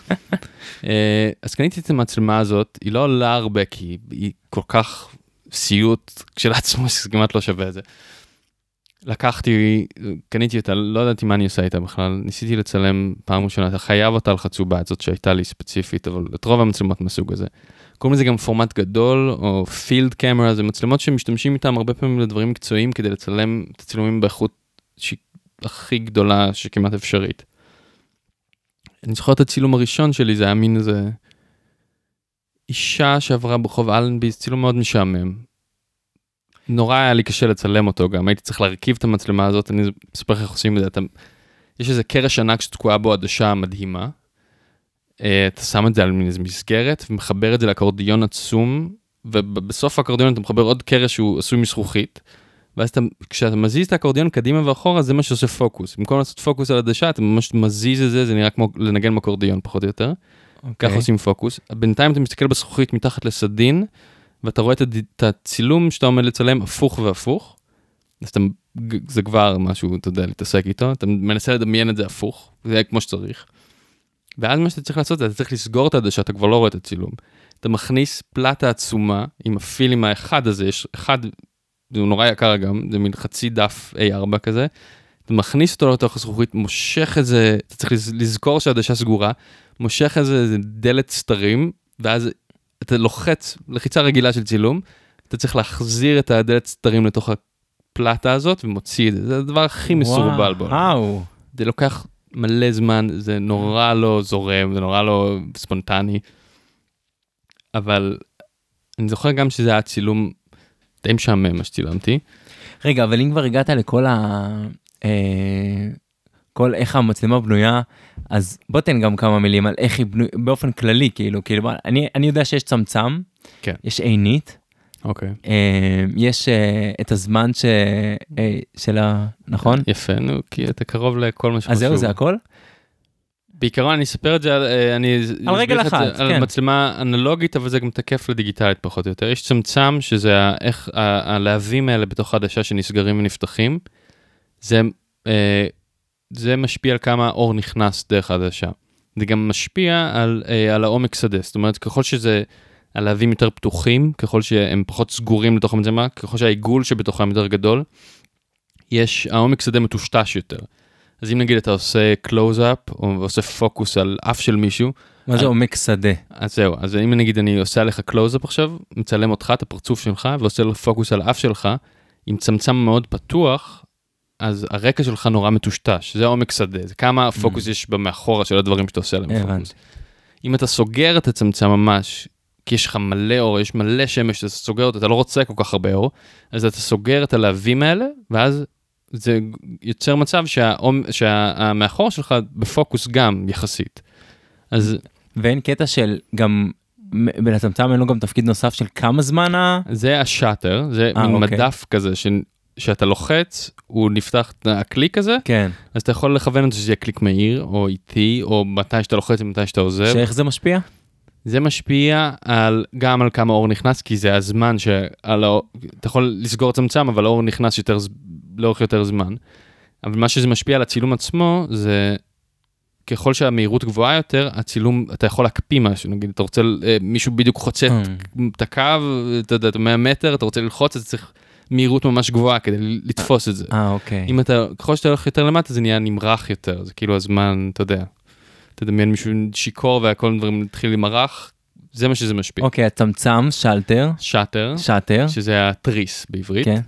אז קניתי את המצלמה הזאת, היא לא עולה הרבה, כי היא כל כך סיוט כשלעצמו, זה כמעט לא שווה את זה. לקחתי, קניתי אותה, לא ידעתי מה אני עושה איתה בכלל, ניסיתי לצלם פעם ראשונה, אתה חייב אותה על חצובה, זאת שהייתה לי ספציפית, אבל את רוב המצלמות מהסוג הזה. קוראים לזה גם פורמט גדול, או פילד קמרה, זה מצלמות שמשתמשים איתם הרבה פעמים לדברים מקצועיים, כדי לצלם את הצילומים באיכות הכי גדולה שכמעט אפשרית. אני זוכר את הצילום הראשון שלי, זה היה מין איזה אישה שעברה ברחוב אלנבי, זה צילום מאוד משעמם. נורא היה לי קשה לצלם אותו גם, הייתי צריך להרכיב את המצלמה הזאת, אני אספר איך עושים את זה, יש איזה קרש ענק שתקועה בו עדשה מדהימה, אתה שם את זה על איזו מסגרת, ומחבר את זה לאקורדיון עצום, ובסוף האקורדיון אתה מחבר עוד קרש שהוא עשוי מזכוכית, ואז כשאתה מזיז את האקורדיון קדימה ואחורה, זה מה שעושה פוקוס. במקום לעשות פוקוס על עדשה, אתה ממש מזיז את זה, זה נראה כמו לנגן באקורדיון פחות או יותר. ככה עושים פוקוס. בינתיים אתה מסתכל בזכוכית מתחת לסדין, ואתה רואה את הצילום שאתה עומד לצלם הפוך והפוך, אז זה כבר משהו, אתה יודע, להתעסק איתו, אתה מנסה לדמיין את זה הפוך, זה כמו שצריך. ואז מה שאתה צריך לעשות זה, אתה צריך לסגור את העדשה, אתה כבר לא רואה את הצילום. אתה מכניס פלטה עצומה, עם הפילים האחד הזה, יש אחד, זה נורא יקר גם, זה מין חצי דף A4 כזה, אתה מכניס אותו לתוך הזכוכית, מושך את זה, אתה צריך לזכור שהעדשה סגורה, מושך את זה דלת סתרים, ואז אתה לוחץ, לחיצה רגילה של צילום, אתה צריך להחזיר את הדלת סתרים לתוך הפלטה הזאת, ומוציא את זה, זה הדבר הכי מסורבל בו. וואו. זה לוקח מלא זמן, זה נורא לא זורם, זה נורא לא ספונטני, אבל אני זוכר גם שזה היה צילום די משעמם מה שצילמתי. רגע, אבל אם כבר הגעת לכל כל איך המצלמה בנויה, אז בוא תן גם כמה מילים על איך היא בנויה, באופן כללי, כאילו, אני יודע שיש צמצם, כן. יש עינית, אוקיי. יש את הזמן שלה, נכון? יפה, נו, כי אתה קרוב לכל מה שחשוב. אז זהו, זה הכל? בעיקרון אני אספר את זה, על רגל אחת, על מצלמה אנלוגית, אבל זה גם תקף לדיגיטלית פחות או יותר. יש צמצם שזה איך הלהבים האלה בתוך העדשה שנסגרים ונפתחים, זה משפיע על כמה אור נכנס דרך העדשה. זה גם משפיע על העומק שדה, זאת אומרת, ככל שזה הלהבים יותר פתוחים, ככל שהם פחות סגורים לתוך המצלמה, ככל שהעיגול שבתוכם יותר גדול, העומק שדה מטושטש יותר. אז אם נגיד אתה עושה קלוז-אפ, או עושה פוקוס על אף של מישהו. מה זה עומק שדה? אז זהו, אז אם נגיד אני עושה עליך קלוז-אפ עכשיו, מצלם אותך, את הפרצוף שלך, ועושה לו פוקוס על אף שלך, עם צמצם מאוד פתוח, אז הרקע שלך נורא מטושטש, זה העומק שדה, זה כמה פוקוס יש במאחורה של הדברים שאתה עושה עליהם פוקוס. אם אתה סוגר את הצמצם ממש, כי יש לך מלא אור, יש מלא שמש, אתה סוגר אותה, אתה לא רוצה כל כך הרבה אור, אז אתה סוגר את הלהבים האלה, ואז זה יוצר מצב שהמאחור שלך בפוקוס גם יחסית. אז ואין קטע של גם, בלצמצם אין לו גם תפקיד נוסף של כמה זמן זה השאטר, זה מין מדף כזה, שאתה לוחץ, הוא נפתח הקליק הזה, כן. אז אתה יכול לכוון את זה שזה יהיה קליק מהיר, או איטי, או מתי שאתה לוחץ ומתי שאתה עוזב. שאיך זה משפיע? זה משפיע גם על כמה אור נכנס, כי זה הזמן אתה יכול לסגור צמצם, אבל האור נכנס לאורך יותר זמן. אבל מה שזה משפיע על הצילום עצמו, זה ככל שהמהירות גבוהה יותר, הצילום, אתה יכול להקפיא משהו, נגיד, אתה רוצה, מישהו בדיוק חוצה את הקו, אתה יודע, 100 מטר, אתה רוצה ללחוץ, אז צריך מהירות ממש גבוהה כדי לתפוס את זה. אוקיי. ככל שאתה הולך יותר למטה, זה נהיה נמרח יותר, זה כאילו הזמן, אתה יודע. תדמיין מישהו שיקור והכל דברים התחיל למרח, זה מה שזה משפיע. אוקיי, הצמצם, שאטר, שזה התריס בעברית. כן.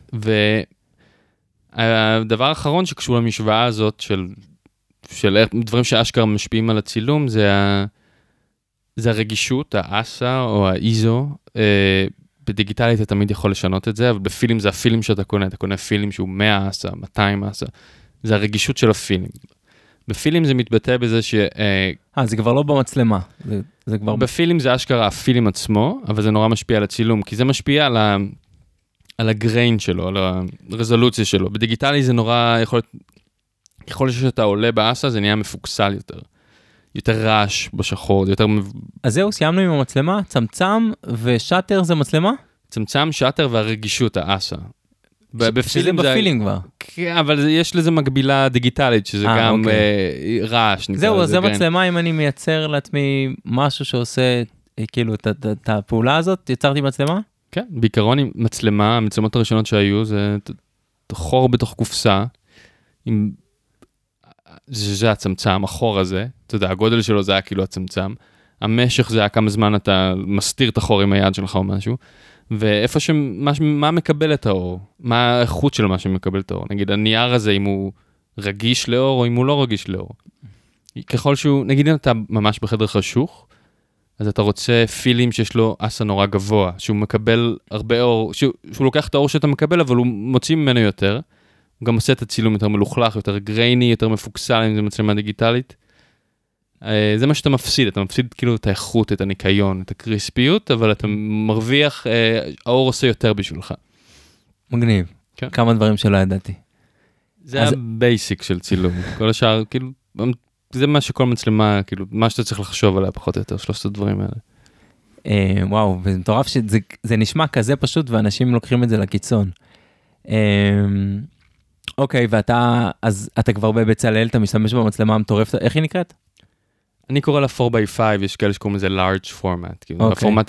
והדבר האחרון שקשור למשוואה הזאת של דברים שאשכרה משפיעים על הצילום, זה הרגישות, האסה או האיזו. בדיגיטלית אתה תמיד יכול לשנות את זה, אבל בפילם זה הפילם שאתה קונה פילם שהוא 100 אסה, 200 אסה. זה הרגישות של הפילם. בפילם זה מתבטא בזה זה כבר לא במצלמה. זה כבר בפילם זה אשכרה הפילם עצמו, אבל זה נורא משפיע על הצילום, כי זה משפיע על הגריין שלו, על הרזולוציה שלו. בדיגיטלי זה נורא יכול שאתה עולה באסה, זה נהיה מפוקסל יותר רעש בשחור, יותר אז זהו, סיימנו עם המצלמה, צמצם ושאטר זה מצלמה? צמצם, שאטר והרגישות, האסה. שזה בפילם כבר. כן, אבל יש לזה מקבילה דיגיטלית, שזה גם רעש. זהו, זה מצלמה, אם אני מייצר לעצמי משהו שעושה, כאילו, את הפעולה הזאת, יצרתי מצלמה? כן, בעיקרון עם מצלמה, המצלמות הראשונות שהיו, זה חור בתוך קופסה, זה הצמצם, החור הזה, אתה יודע, הגודל שלו זה היה כאילו הצמצם, המשך זה היה כמה זמן אתה מסתיר את החור עם היד שלך או משהו, ואיפה מה מקבל את האור? מה האיכות של מה שמקבל את האור? נגיד, הנייר הזה, אם הוא רגיש לאור, או אם הוא לא רגיש לאור. ככל שהוא, נגיד, אם אתה ממש בחדר חשוך, אז אתה רוצה פילים שיש לו אסה נורא גבוה, שהוא מקבל הרבה אור, שהוא לוקח את האור שאתה מקבל, אבל הוא מוציא ממנו יותר. הוא גם עושה את הצילום יותר מלוכלך, יותר גרייני, יותר מפוקסל, אם זה מצלמה דיגיטלית. זה מה שאתה מפסיד, אתה מפסיד כאילו את האיכות, את הניקיון, את הקריספיות, אבל אתה מרוויח, האור עושה יותר בשבילך. מגניב. כן. כמה דברים שלא ידעתי. זה הבייסיק של צילום. כל השאר, כאילו, זה מה שכל מצלמה, כאילו, מה שאתה צריך לחשוב עליה, פחות או יותר, שלושת הדברים האלה. וואו, וזה מטורף שזה נשמע כזה פשוט, ואנשים לוקחים את זה לקיצון. אוקיי, אז אתה כבר בבצלאל, אתה משתמש במצלמה המטורפת, איך היא נקראת? אני קורא לה 4x5, יש כאלה שקוראים לזה large format. כאילו,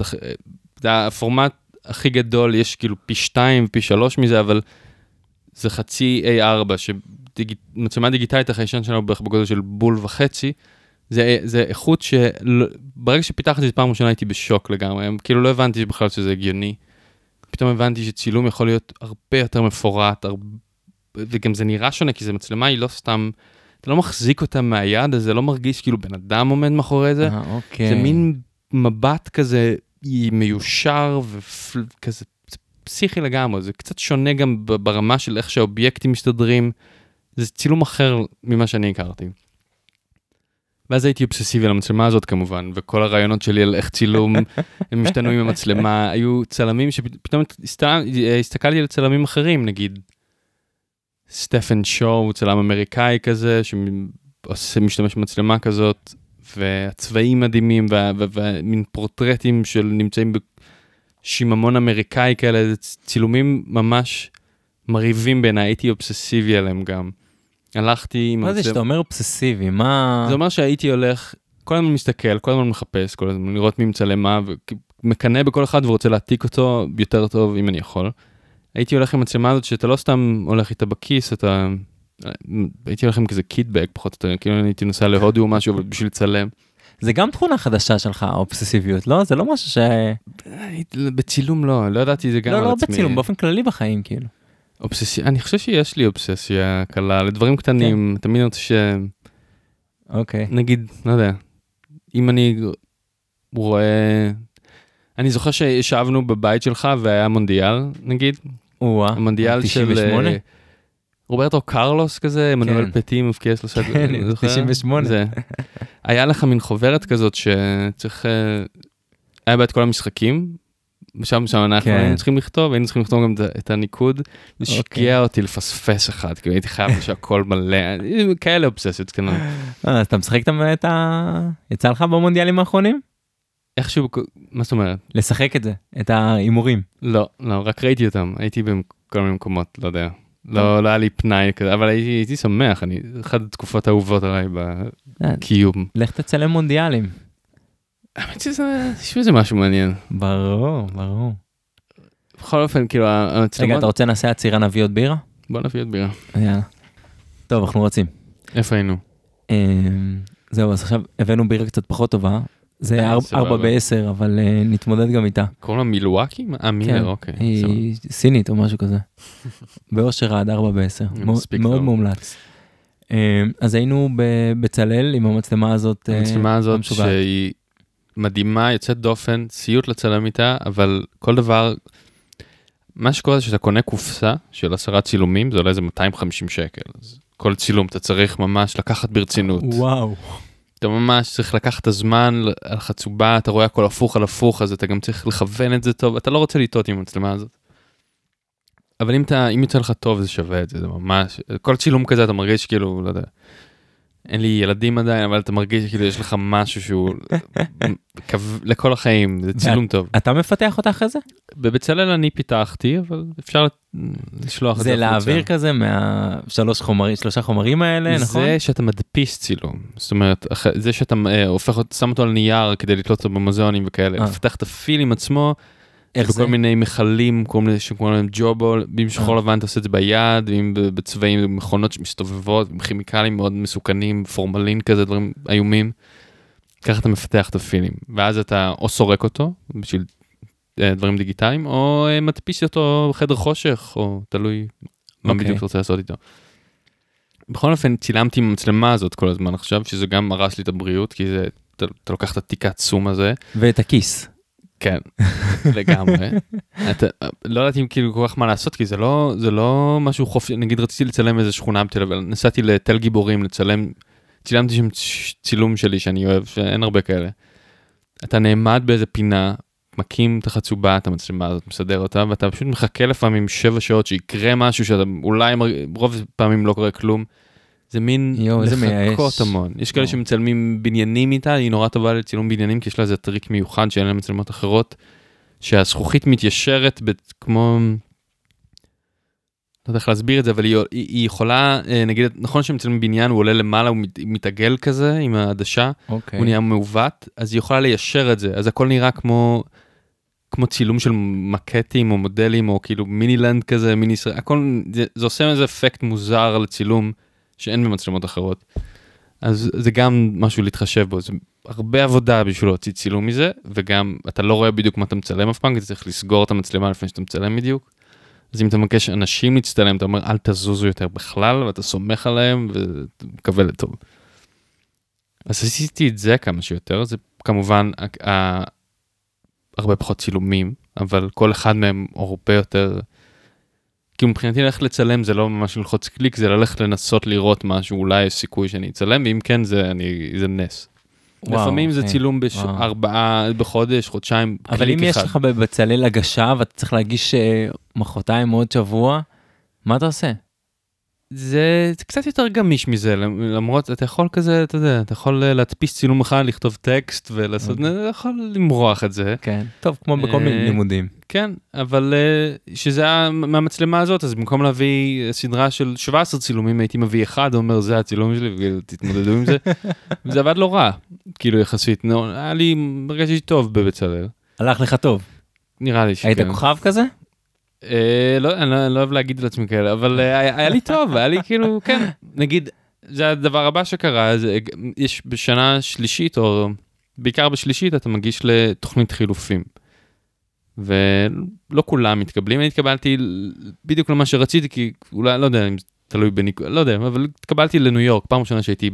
הפורמט הכי גדול, יש כאילו פי 2, פי 3 מזה, אבל זה חצי A4, שמצלמה דיגיטלית החיישן שלנו בערך בגודל של בול וחצי, זה איכות שברגע שפיתחתי את זה פעם ראשונה הייתי בשוק לגמרי, כאילו לא הבנתי בכלל שזה הגיוני. פתאום הבנתי שצילום יכול להיות הרבה יותר מפורט, וגם זה נראה שונה, כי זה מצלמה היא לא סתם, אתה לא מחזיק אותה מהיד, אז זה לא מרגיש כאילו בן אדם עומד מאחורי זה. אוקיי. זה מין מבט כזה מיושר וכזה פסיכי לגמרי, זה קצת שונה גם ברמה של איך שהאובייקטים מסתדרים, זה צילום אחר ממה שאני הכרתי. ואז הייתי אובססיבי על המצלמה הזאת כמובן, וכל הרעיונות שלי על איך צילום הם השתנו עם המצלמה, היו צלמים שפתאום הסתכלתי על צלמים אחרים, נגיד סטפן שואו, צלם אמריקאי כזה, שמשתמש במצלמה כזאת, והצבעים מדהימים, ומין פורטרטים של נמצאים בשיממון אמריקאי כאלה, זה צילומים ממש מריבים בעיניי, הייתי אובססיבי עליהם גם. הלכתי עם... מה זה שאתה אומר אובססיבי? מה... זה אומר שהייתי הולך, כל הזמן מסתכל, כל הזמן מחפש, כל הזמן לראות מי מצלם מה, ומקנה בכל אחד ורוצה להעתיק אותו יותר טוב, אם אני יכול. הייתי הולך עם המצלמה הזאת, שאתה לא סתם הולך איתה בכיס, אתה... הייתי הולך עם כזה קיטבק, פחות או יותר, כאילו אני הייתי נוסע להודו או משהו, אבל בשביל לצלם. זה גם תכונה חדשה שלך, האובססיביות, לא? זה לא משהו ש... בצילום לא ידעתי זה גם על עצמי. לא בצילום, באופן כללי בחיים, כאילו. אני חושב שיש לי אובססיה קלה, לדברים קטנים, תמיד אני רוצה ש... אוקיי. נגיד, לא יודע, אם אני רואה... אני זוכר שישבנו בבית שלך והיה מונדיאל, נגיד. המונדיאל של... 98? רוברטו קרלוס כזה, מנואל פטי מבקיע 3... כן, 98. היה לך מין חוברת כזאת שצריך... היה בה את כל המשחקים, שם אנחנו היינו צריכים לכתוב, היינו צריכים לכתוב גם את הניקוד, זה שקיע אותי לפספס אחד, כי הייתי חייב שהכל מלא, כאלה אובססיות כנראה. אז אתה משחק את ה... יצא לך במונדיאלים האחרונים? איכשהו, מה זאת אומרת? לשחק את זה, את האימורים. לא, רק ראיתי אותם, הייתי בכל מיני מקומות, לא יודע. לא היה לי פנאי כזה, אבל הייתי שמח, אחת התקופות האהובות עליי בקיום. לך תצלם מונדיאלים. האמת שזה משהו מעניין. ברור. בכל אופן, כאילו, המצלמות... רגע, אתה רוצה נעשה עצירה נביא עוד בירה? בוא נביא עוד בירה. יאללה. טוב, אנחנו רוצים. איפה היינו? זהו, אז עכשיו הבאנו בירה קצת פחות טובה. זה 4 ב-10, אבל נתמודד גם איתה. קוראים לה מילואקי? מילר, אוקיי. היא סינית או משהו כזה. באושר עד 4 ב-10. מאוד מומלץ. אז היינו בצלאל עם המצלמה הזאת. המצלמה הזאת שהיא מדהימה, יוצאת דופן, סיוט לצלם איתה, אבל כל דבר, מה שקורה זה שאתה קונה קופסה של 10 צילומים, זה עולה איזה 250 שקל. אז כל צילום אתה צריך ממש לקחת ברצינות. וואו. אתה ממש צריך לקחת את הזמן על חצובה, אתה רואה הכל הפוך על הפוך, אז אתה גם צריך לכוון את זה טוב, אתה לא רוצה לטעות עם המצלמה הזאת. אבל אם יוצא לך טוב, זה שווה את זה, זה ממש, כל צילום כזה אתה מרגיש כאילו, לא יודע, אין לי ילדים עדיין, אבל אתה מרגיש כאילו יש לך משהו שהוא לכל החיים, זה צילום טוב. אתה מפתח אותה אחרי זה? בבצלאל אני פיתחתי, אבל אפשר לשלוח את זה. זה להעביר כזה שלושה חומרים האלה, נכון? זה שאתה מדפיס צילום, זאת אומרת, זה שאתה שם אותו על נייר כדי לתלות אותו במוזיאונים וכאלה, לפתח את הפילים עצמו, יש בכל מיני מכלים, שקוראים להם ג'ובו, ואם שחור לבן אתה עושה את זה ביד, ואם בצבעים, מכונות שמסתובבות, עם כימיקלים מאוד מסוכנים, פורמלין כזה, דברים איומים, ככה אתה מפתח את הפילים, ואז אתה או סורק אותו, בשביל דברים דיגיטליים, או מדפיס אותו בחדר חושך, או תלוי מה בדיוק אתה רוצה לעשות איתו. בכל אופן, צילמתי עם המצלמה הזאת כל הזמן עכשיו, שזה גם הרס לי את הבריאות, כי זה אתה לוקח את התיק העצום הזה. ואת הכיס. כן, לגמרי. לא יודעת אם כאילו כל כך מה לעשות, כי זה לא משהו חופשי, נגיד רציתי לצלם איזה שכונה בתל אביב, נסעתי לתל גיבורים לצלם, צילמתי שם צילום שלי שאני אוהב, שאין הרבה כאלה. אתה נעמד באיזה פינה, מקים את החצובה, את המצלמה הזאת, מסדר אותה, ואתה פשוט מחכה לפעמים 7 שעות שיקרה משהו, שאתה אולי רוב פעמים לא קורה כלום. זה מין לחכות המון. יש כאלה שמצלמים בניינים איתה, היא נורא טובה לצילום בניינים, כי יש לה איזה טריק מיוחד שאין לה מצלמות אחרות, שהזכוכית מתיישרת כמו, לא יודע איך להסביר את זה, אבל היא יכולה, נגיד, נכון שמצלמים בניין, הוא עולה למעלה, הוא מתעגל כזה עם העדשה, הוא נהיה מעוות, אז היא יכולה ליישר את זה, אז הכל נראה כמו צילום של מקטים או מודלים, או כאילו מיני-לנד כזה, מיני-ישראל, הכל, זה עושה איזה אפקט מוזר לצילום, שאין במצלמות אחרות. אז זה גם משהו להתחשב בו, זה הרבה עבודה בשביל להוציא צילום מזה, וגם אתה לא רואה בדיוק מה אתה מצלם אף פעם, כי אתה צריך לסגור את המצלמה לפני שאתה מצלם בדיוק. אז אם אתה מבקש אנשים להצטלם, אתה אומר, אל תזוזו יותר בכלל, ואתה סומך עליהם, ומקווה לטוב. אז עשיתי את זה כמה שיותר, זה כמובן הרבה פחות צילומים, אבל כל אחד מהם הרבה יותר, כי מבחינתי ללכת לצלם זה לא ממש ללחוץ קליק, זה ללכת לנסות לראות משהו, אולי יש סיכוי שאני אצלם, ואם כן זה נס. לפעמים זה צילום 4 בחודש, חודשיים, קליק אחד. אבל אם יש לך בצלאל הגשה, ואתה צריך להגיש מחרתיים עוד שבוע, מה אתה עושה? זה קצת יותר גמיש מזה, למרות, אתה יכול כזה, אתה יודע, אתה יכול להדפיס צילום אחד, לכתוב טקסט, ולעשות, אתה יכול למרוח את זה. כן, טוב, כמו בכל מיני לימודים. כן, אבל שזה מהמצלמה הזאת, אז במקום להביא סדרה של 17 צילומים, הייתי מביא אחד, אומר, זה הצילום שלי, ותתמודדו עם זה. וזה עבד לא רע, כאילו יחסית, היה לי, הרגשתי טוב בבצלאל. הלך לך טוב. נראה לי שכן. היית כוכב כזה? אני לא אוהב להגיד לעצמי כאלה, אבל היה לי טוב, היה לי כאילו, כן, נגיד, זה הדבר הבא שקרה, יש בשנה שלישית, או בעיקר בשלישית, אתה מגיש לתוכנית חילופים. ולא כולם מתקבלים, אני התקבלתי בדיוק למה שרציתי, כי אולי, לא יודע אם זה תלוי לא יודע, אבל התקבלתי לניו יורק, פעם ראשונה שהייתי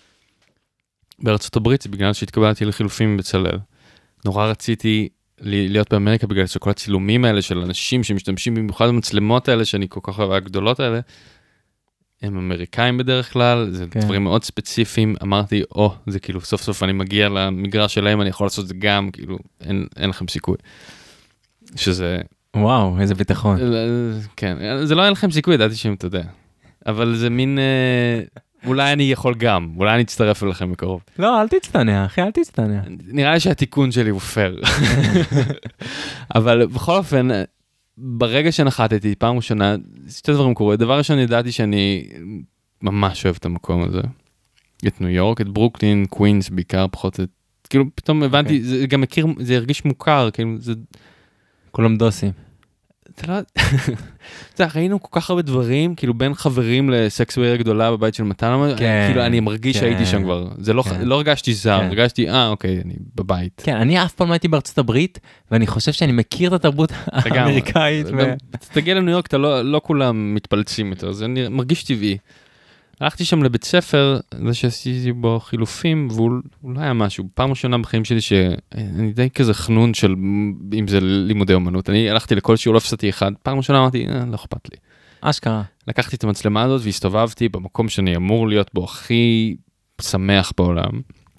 בארצות הברית, זה בגלל שהתקבלתי לחילופים בצלאל. נורא רציתי להיות באמריקה, בגלל שכל הצילומים האלה של אנשים שמשתמשים במיוחד במצלמות האלה, שאני כל כך אוהב, הגדולות האלה, הם אמריקאים בדרך כלל, זה דברים מאוד ספציפיים, אמרתי, זה כאילו, סוף סוף אני מגיע למגרש שלהם, אני יכול לעשות את זה גם, כאילו, אין לכם סיכוי. שזה... וואו, איזה ביטחון. כן, זה לא אין לכם סיכוי, ידעתי שהם, אתה יודע. אבל זה מין... אולי אני יכול גם, אולי אני אצטרף אליכם מקרוב. לא, אל תצטנע, אחי, אל תצטנע. נראה לי שהתיקון שלי הוא פייר. אבל בכל אופן, ברגע שנחתתי, פעם ראשונה, שתי דברים קורו. דבר ראשון, ידעתי שאני ממש אוהב את המקום הזה. את ניו יורק, את ברוקלין, קווינס, בעיקר פחות את... כאילו, פתאום הבנתי, זה גם מכיר, זה הרגיש מוכר, כאילו, זה... כולם דוסים. אתה לא... ראינו כל כך הרבה דברים, כאילו בין חברים לסקס וויר גדולה בבית של מתן, כאילו אני מרגיש שהייתי שם כבר. זה לא הרגשתי זר, הרגשתי, אוקיי, אני בבית. כן, אני אף פעם לא הייתי בארצות הברית, ואני חושב שאני מכיר את התרבות האמריקאית. תגיע לניו יורק, לא כולם מתפלצים יותר, זה מרגיש טבעי. הלכתי שם לבית ספר, זה שעשיתי בו חילופים, והוא לא היה משהו. פעם ראשונה בחיים שלי שאני די כזה חנון של, אם זה לימודי אומנות, אני הלכתי לכל שיעור, לא הפסדתי אחד, פעם ראשונה אמרתי, לא אכפת לי. אשכרה. לקחתי את המצלמה הזאת והסתובבתי במקום שאני אמור להיות בו הכי שמח בעולם,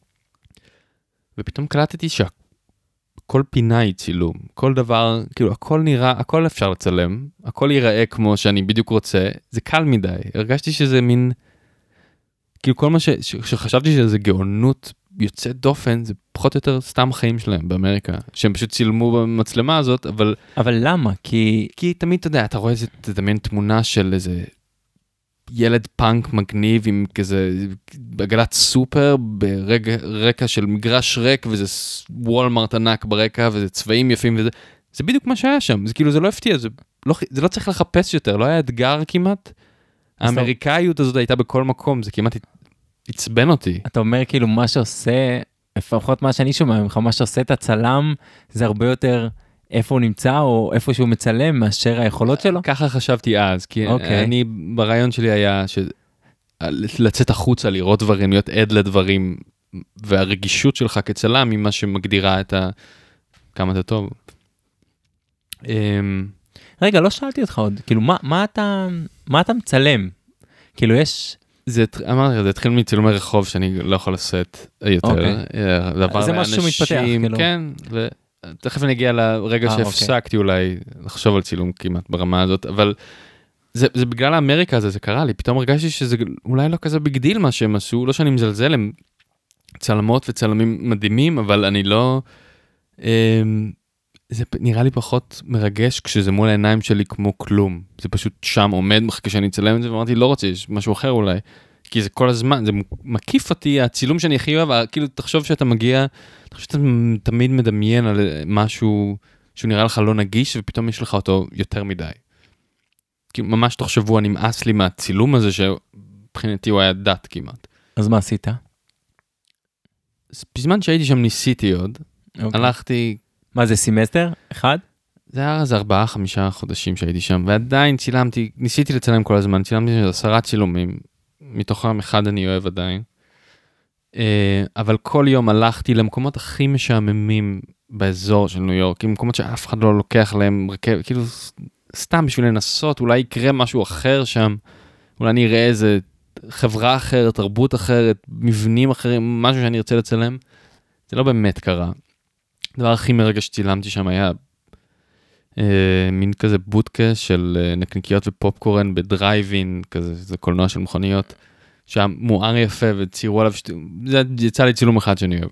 ופתאום קלטתי כל פינה היא צילום, כל דבר, כאילו הכל נראה, הכל אפשר לצלם, הכל ייראה כמו שאני בדיוק רוצה, זה קל מדי. הרגשתי שזה מין, כאילו כל מה שחשבתי שזה גאונות יוצאת דופן, זה פחות או יותר סתם חיים שלהם באמריקה, שהם פשוט צילמו במצלמה הזאת, אבל... אבל למה? כי תמיד, אתה יודע, אתה רואה איזה, תדמיין תמונה של איזה ילד פאנק מגניב עם כזה עגלת סופר ברקע של מגרש ריק, וזה וולמרט ענק ברקע, וזה צבעים יפים, וזה... זה בדיוק מה שהיה שם, זה כאילו, זה לא הפתיע, זה לא צריך לחפש יותר, לא היה אתגר כמעט. האמריקאיות הזאת הייתה בכל מקום, זה כמעט עצבן אותי. אתה אומר כאילו מה שעושה, לפחות מה שאני שומע ממך, מה שעושה את הצלם, זה הרבה יותר איפה הוא נמצא, או איפה שהוא מצלם, מאשר היכולות שלו? ככה חשבתי אז, כי אני, ברעיון שלי היה לצאת החוצה, לראות דברים, להיות עד לדברים והרגישות שלך כצלם היא מה שמגדירה כמה אתה טוב. רגע, לא שאלתי אותך עוד, כאילו, מה אתה מצלם? כאילו, יש... אמרתי, זה התחיל מצילומי רחוב שאני לא יכול לשאת יותר. זה משהו שמתפתח, כאילו. כן, ותכף אני אגיע לרגע שהפסקתי אולי לחשוב על צילום כמעט ברמה הזאת, אבל זה בגלל האמריקה הזה, זה קרה לי, פתאום הרגשתי שזה אולי לא כזה בגדיל מה שהם עשו, לא שאני מזלזל, הם צלמות וצלמים מדהימים, אבל אני לא... זה נראה לי פחות מרגש כשזה מול העיניים שלי כמו כלום. זה פשוט שם עומד מחכה שאני אצלם את זה, ואמרתי, לא רוצה, יש משהו אחר אולי. כי זה כל הזמן, זה מקיף אותי, הצילום שאני הכי אוהב, כאילו תחשוב שאתה מגיע, תחשוב שאתה תמיד מדמיין על משהו שהוא נראה לך לא נגיש, ופתאום יש לך אותו יותר מדי. כאילו ממש תוך שבוע נמאס לי מהצילום הזה, שבחינתי הוא היה דת כמעט. אז מה עשית? בזמן שהייתי שם ניסיתי עוד, הלכתי... מה זה, סמסטר? אחד? זה היה אז 4-5 חודשים שהייתי שם, ועדיין צילמתי, ניסיתי לצלם כל הזמן, צילמתי 10 צילומים, מתוכם אחד אני אוהב עדיין, אבל כל יום הלכתי למקומות הכי משעממים באזור של ניו יורק, מקומות שאף אחד לא לוקח להם רכב, כאילו סתם בשביל לנסות, אולי יקרה משהו אחר שם, אולי אני אראה איזה חברה אחרת, תרבות אחרת, מבנים אחרים, משהו שאני ארצה לצלם, זה לא באמת קרה. הדבר הכי מרגע שצילמתי שם היה מין כזה בוטקה של נקניקיות ופופקורן בדרייבין, כזה, זה קולנוע של מכוניות, שהיה מואר יפה וציירו עליו, זה יצא לי צילום אחד שאני אוהב.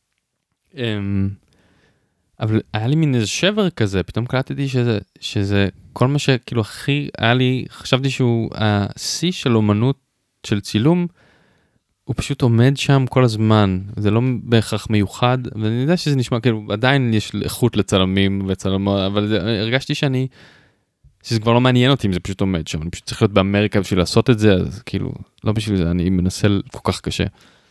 אבל היה לי מין איזה שבר כזה, פתאום קלטתי שזה כל מה שכאילו הכי, היה לי, חשבתי שהוא השיא של אומנות של צילום, הוא פשוט עומד שם כל הזמן, זה לא בהכרח מיוחד, ואני יודע שזה נשמע, כאילו, עדיין יש איכות לצלמים וצלמות, אבל הרגשתי שזה כבר לא מעניין אותי אם זה פשוט עומד שם, אני פשוט צריך להיות באמריקה בשביל לעשות את זה, אז כאילו, לא בשביל זה, אני מנסה כל כך קשה.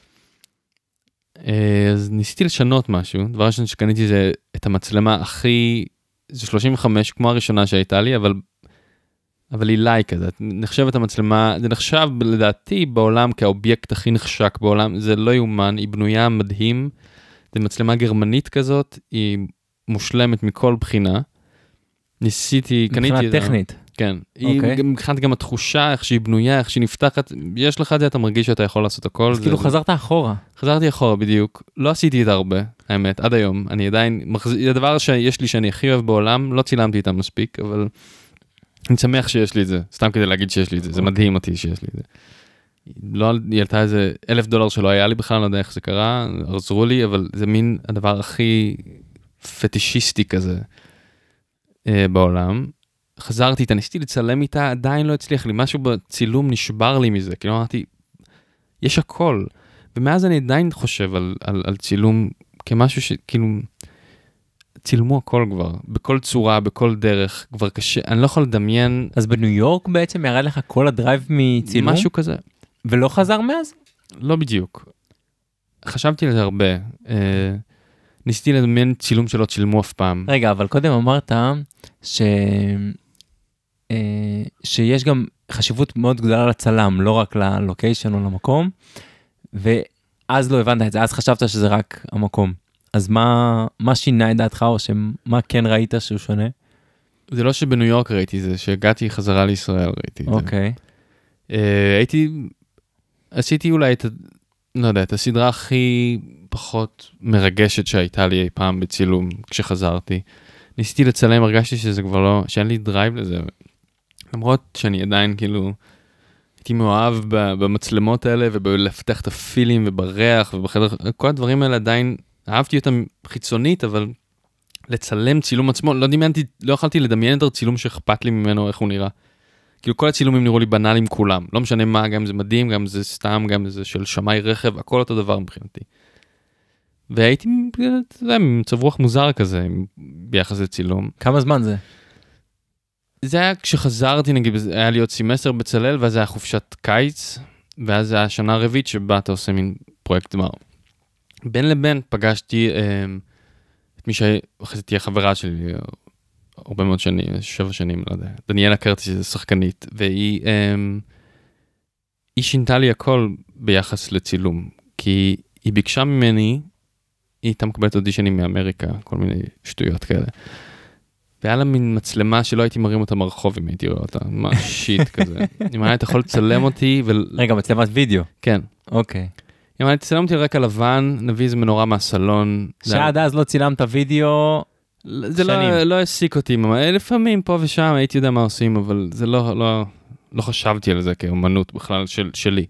אז ניסיתי לשנות משהו, דבר ראשון שקניתי זה את המצלמה הכי, זה 35 כמו הראשונה שהייתה לי, אבל היא לייק כזה, נחשבת המצלמה, זה נחשב לדעתי בעולם כאובייקט הכי נחשק בעולם, זה לא יומן, היא בנויה מדהים, זה מצלמה גרמנית כזאת, היא מושלמת מכל בחינה, ניסיתי, קניתי... מבחינה טכנית. כן, מבחינת גם התחושה, איך שהיא בנויה, איך שהיא נפתחת, יש לך את זה, אתה מרגיש שאתה יכול לעשות הכל. אז כאילו חזרת אחורה. חזרתי אחורה בדיוק, לא עשיתי את הרבה, האמת, עד היום, אני עדיין, הדבר שיש לי שאני הכי אוהב בעולם, לא צילמתי איתם מספיק, אבל אני שמח שיש לי את זה, סתם כדי להגיד שיש לי את זה, זה מדהים אותי שיש לי את זה. לא, היא עלתה איזה $1,000 שלא היה לי בכלל, לא יודע איך זה קרה, עזרו לי, אבל זה מין הדבר הכי פטישיסטי כזה בעולם. חזרתי איתה, ניסיתי לצלם איתה, עדיין לא הצליח לי, משהו בצילום נשבר לי מזה, כאילו אמרתי, יש הכל, ומאז אני עדיין חושב על צילום כמשהו שכאילו, צילמו הכל כבר, בכל צורה, בכל דרך, כבר קשה, אני לא יכול לדמיין. אז בניו יורק בעצם ירד לך כל הדרייב מצילום? משהו כזה. ולא חזר מאז? לא בדיוק. חשבתי על זה הרבה. ניסיתי לדמיין צילום שלא צילמו אף פעם. רגע, אבל קודם אמרת שיש גם חשיבות מאוד גדולה לצלם, לא רק ללוקיישן או למקום, ואז לא הבנת את זה, אז חשבת שזה רק המקום. אז מה שינה את דעתך, או מה כן ראית שהוא שונה? זה לא שבניו יורק ראיתי זה, שהגעתי חזרה לישראל ראיתי את זה. אוקיי. עשיתי אולי לא יודע, את הסדרה הכי פחות מרגשת שהייתה לי אי פעם בצילום כשחזרתי. ניסיתי לצלם, הרגשתי שזה כבר לא, שאין לי דרייב לזה. למרות שאני עדיין כאילו, הייתי מאוהב במצלמות האלה, ובלפתח את הפילים ובריח ובחדר, כל הדברים האלה עדיין, אהבתי אותם חיצונית, אבל לצלם צילום עצמו, לא יכולתי לדמיין יותר צילום שאכפת לי ממנו, איך הוא נראה. כאילו כל הצילומים נראו לי בנאליים כולם, לא משנה מה, גם זה מדהים, גם זה סתם, גם זה של שמאי רכב, הכל אותו דבר מבחינתי. והייתי, אתה יודע, מצב רוח מוזר כזה, ביחס לצילום. כמה זמן זה? זה היה כשחזרתי, נגיד, היה לי עוד סמסטר בצלל, ואז היה חופשת קיץ, ואז זה היה השנה הרביעית שבה אתה עושה מין פרויקט גמר. בין לבין פגשתי את מי שאחרי זה תהיה חברה שלי, הרבה מאוד שנים, 7 שנים, לא יודע, דניאלה קרטיס, שזו שחקנית, והיא שינתה לי הכל ביחס לצילום, כי היא ביקשה ממני, היא הייתה מקבלת אודישנים מאמריקה, כל מיני שטויות כאלה. והיה לה מין מצלמה שלא הייתי מרים אותה מרחוב אם הייתי רואה אותה, מה שיט כזה. אם היה יכול לצלם אותי רגע, מצלמת וידאו. כן. אוקיי. אם היה תצלם אותי רקע לבן, נביא איזה מנורה מהסלון. שעד אז לא צילמת וידאו זה לא העסיק אותי, לפעמים פה ושם הייתי יודע מה עושים, אבל זה לא חשבתי על זה כאומנות בכלל שלי.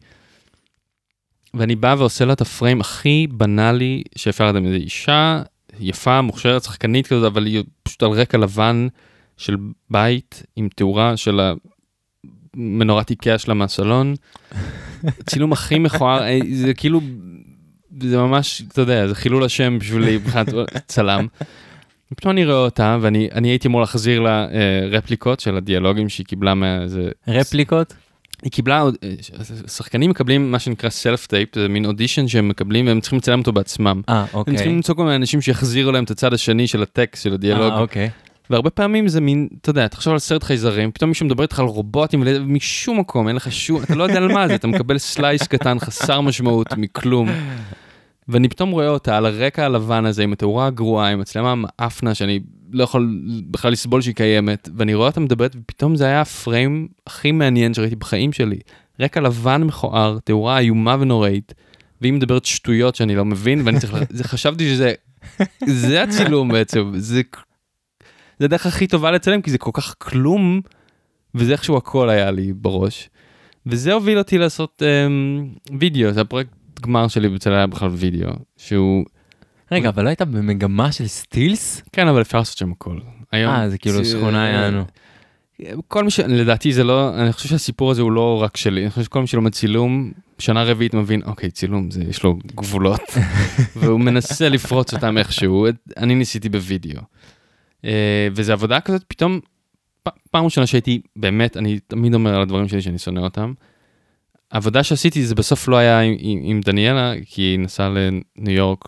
ואני בא ועושה לה את הפריים הכי בנאלי שאפשר לדעת, איזו אישה יפה, מוכשרת, שחקנית כזאת, אבל היא פשוט על רקע לבן של בית עם תאורה של המנורת איקאה שלה מהסלון. צילום הכי מכוער, זה כאילו, זה ממש, אתה יודע, זה חילול השם בשבילי, מבחינת צלם. ופתאום אני רואה אותה, ואני הייתי אמור להחזיר לה רפליקות של הדיאלוגים שהיא קיבלה מאיזה... רפליקות? היא קיבלה, שחקנים מקבלים מה שנקרא self-tape, זה מין אודישן שהם מקבלים, והם צריכים לצלם אותו בעצמם. אוקיי. הם צריכים למצוא כל מיני אנשים שיחזירו להם את הצד השני של הטקסט, של הדיאלוג. אוקיי. והרבה פעמים זה מין, אתה יודע, תחשוב על סרט חייזרים, פתאום מישהו מדבר איתך על רובוטים, משום מקום, אין לך שום, אתה לא יודע על מה זה, אתה מקבל סלייס קטן, חסר משמעות, מכלום. ואני פתאום רואה אותה על הרקע הלבן הזה, עם התאורה הגרועה, עם מצלמה מאפנה, שאני לא יכול בכלל לסבול שהיא קיימת, ואני רואה אותה מדברת, ופתאום זה היה הפריים הכי מעניין שראיתי בחיים שלי. רקע לבן מכוער, תאורה איומה ונוראית, והיא מדברת שטויות שאני לא מבין, ואני צריך, חשבתי זה הצילום בעצם, זה הדרך הכי טובה לצלם, כי זה כל כך כלום, וזה איכשהו הכל היה לי בראש. וזה הוביל אותי לעשות וידאו, זה הפרויקט גמר שלי בצלם היה בכלל וידאו, שהוא... רגע, אבל לא היית במגמה של סטילס? כן, אבל אפשר לעשות שם הכל. זה כאילו שכונה יענו. כל מי לדעתי זה לא, אני חושב שהסיפור הזה הוא לא רק שלי, אני חושב שכל מי שלומד צילום, שנה רביעית מבין, אוקיי, צילום, יש לו גבולות, והוא מנסה לפרוץ אותם איכשהו, אני ניסיתי בווידאו. וזו עבודה כזאת, פתאום, פעם ראשונה שהייתי, באמת, אני תמיד אומר על הדברים שלי שאני שונא אותם, העבודה שעשיתי זה בסוף לא היה עם דניאלה, כי היא נסעה לניו יורק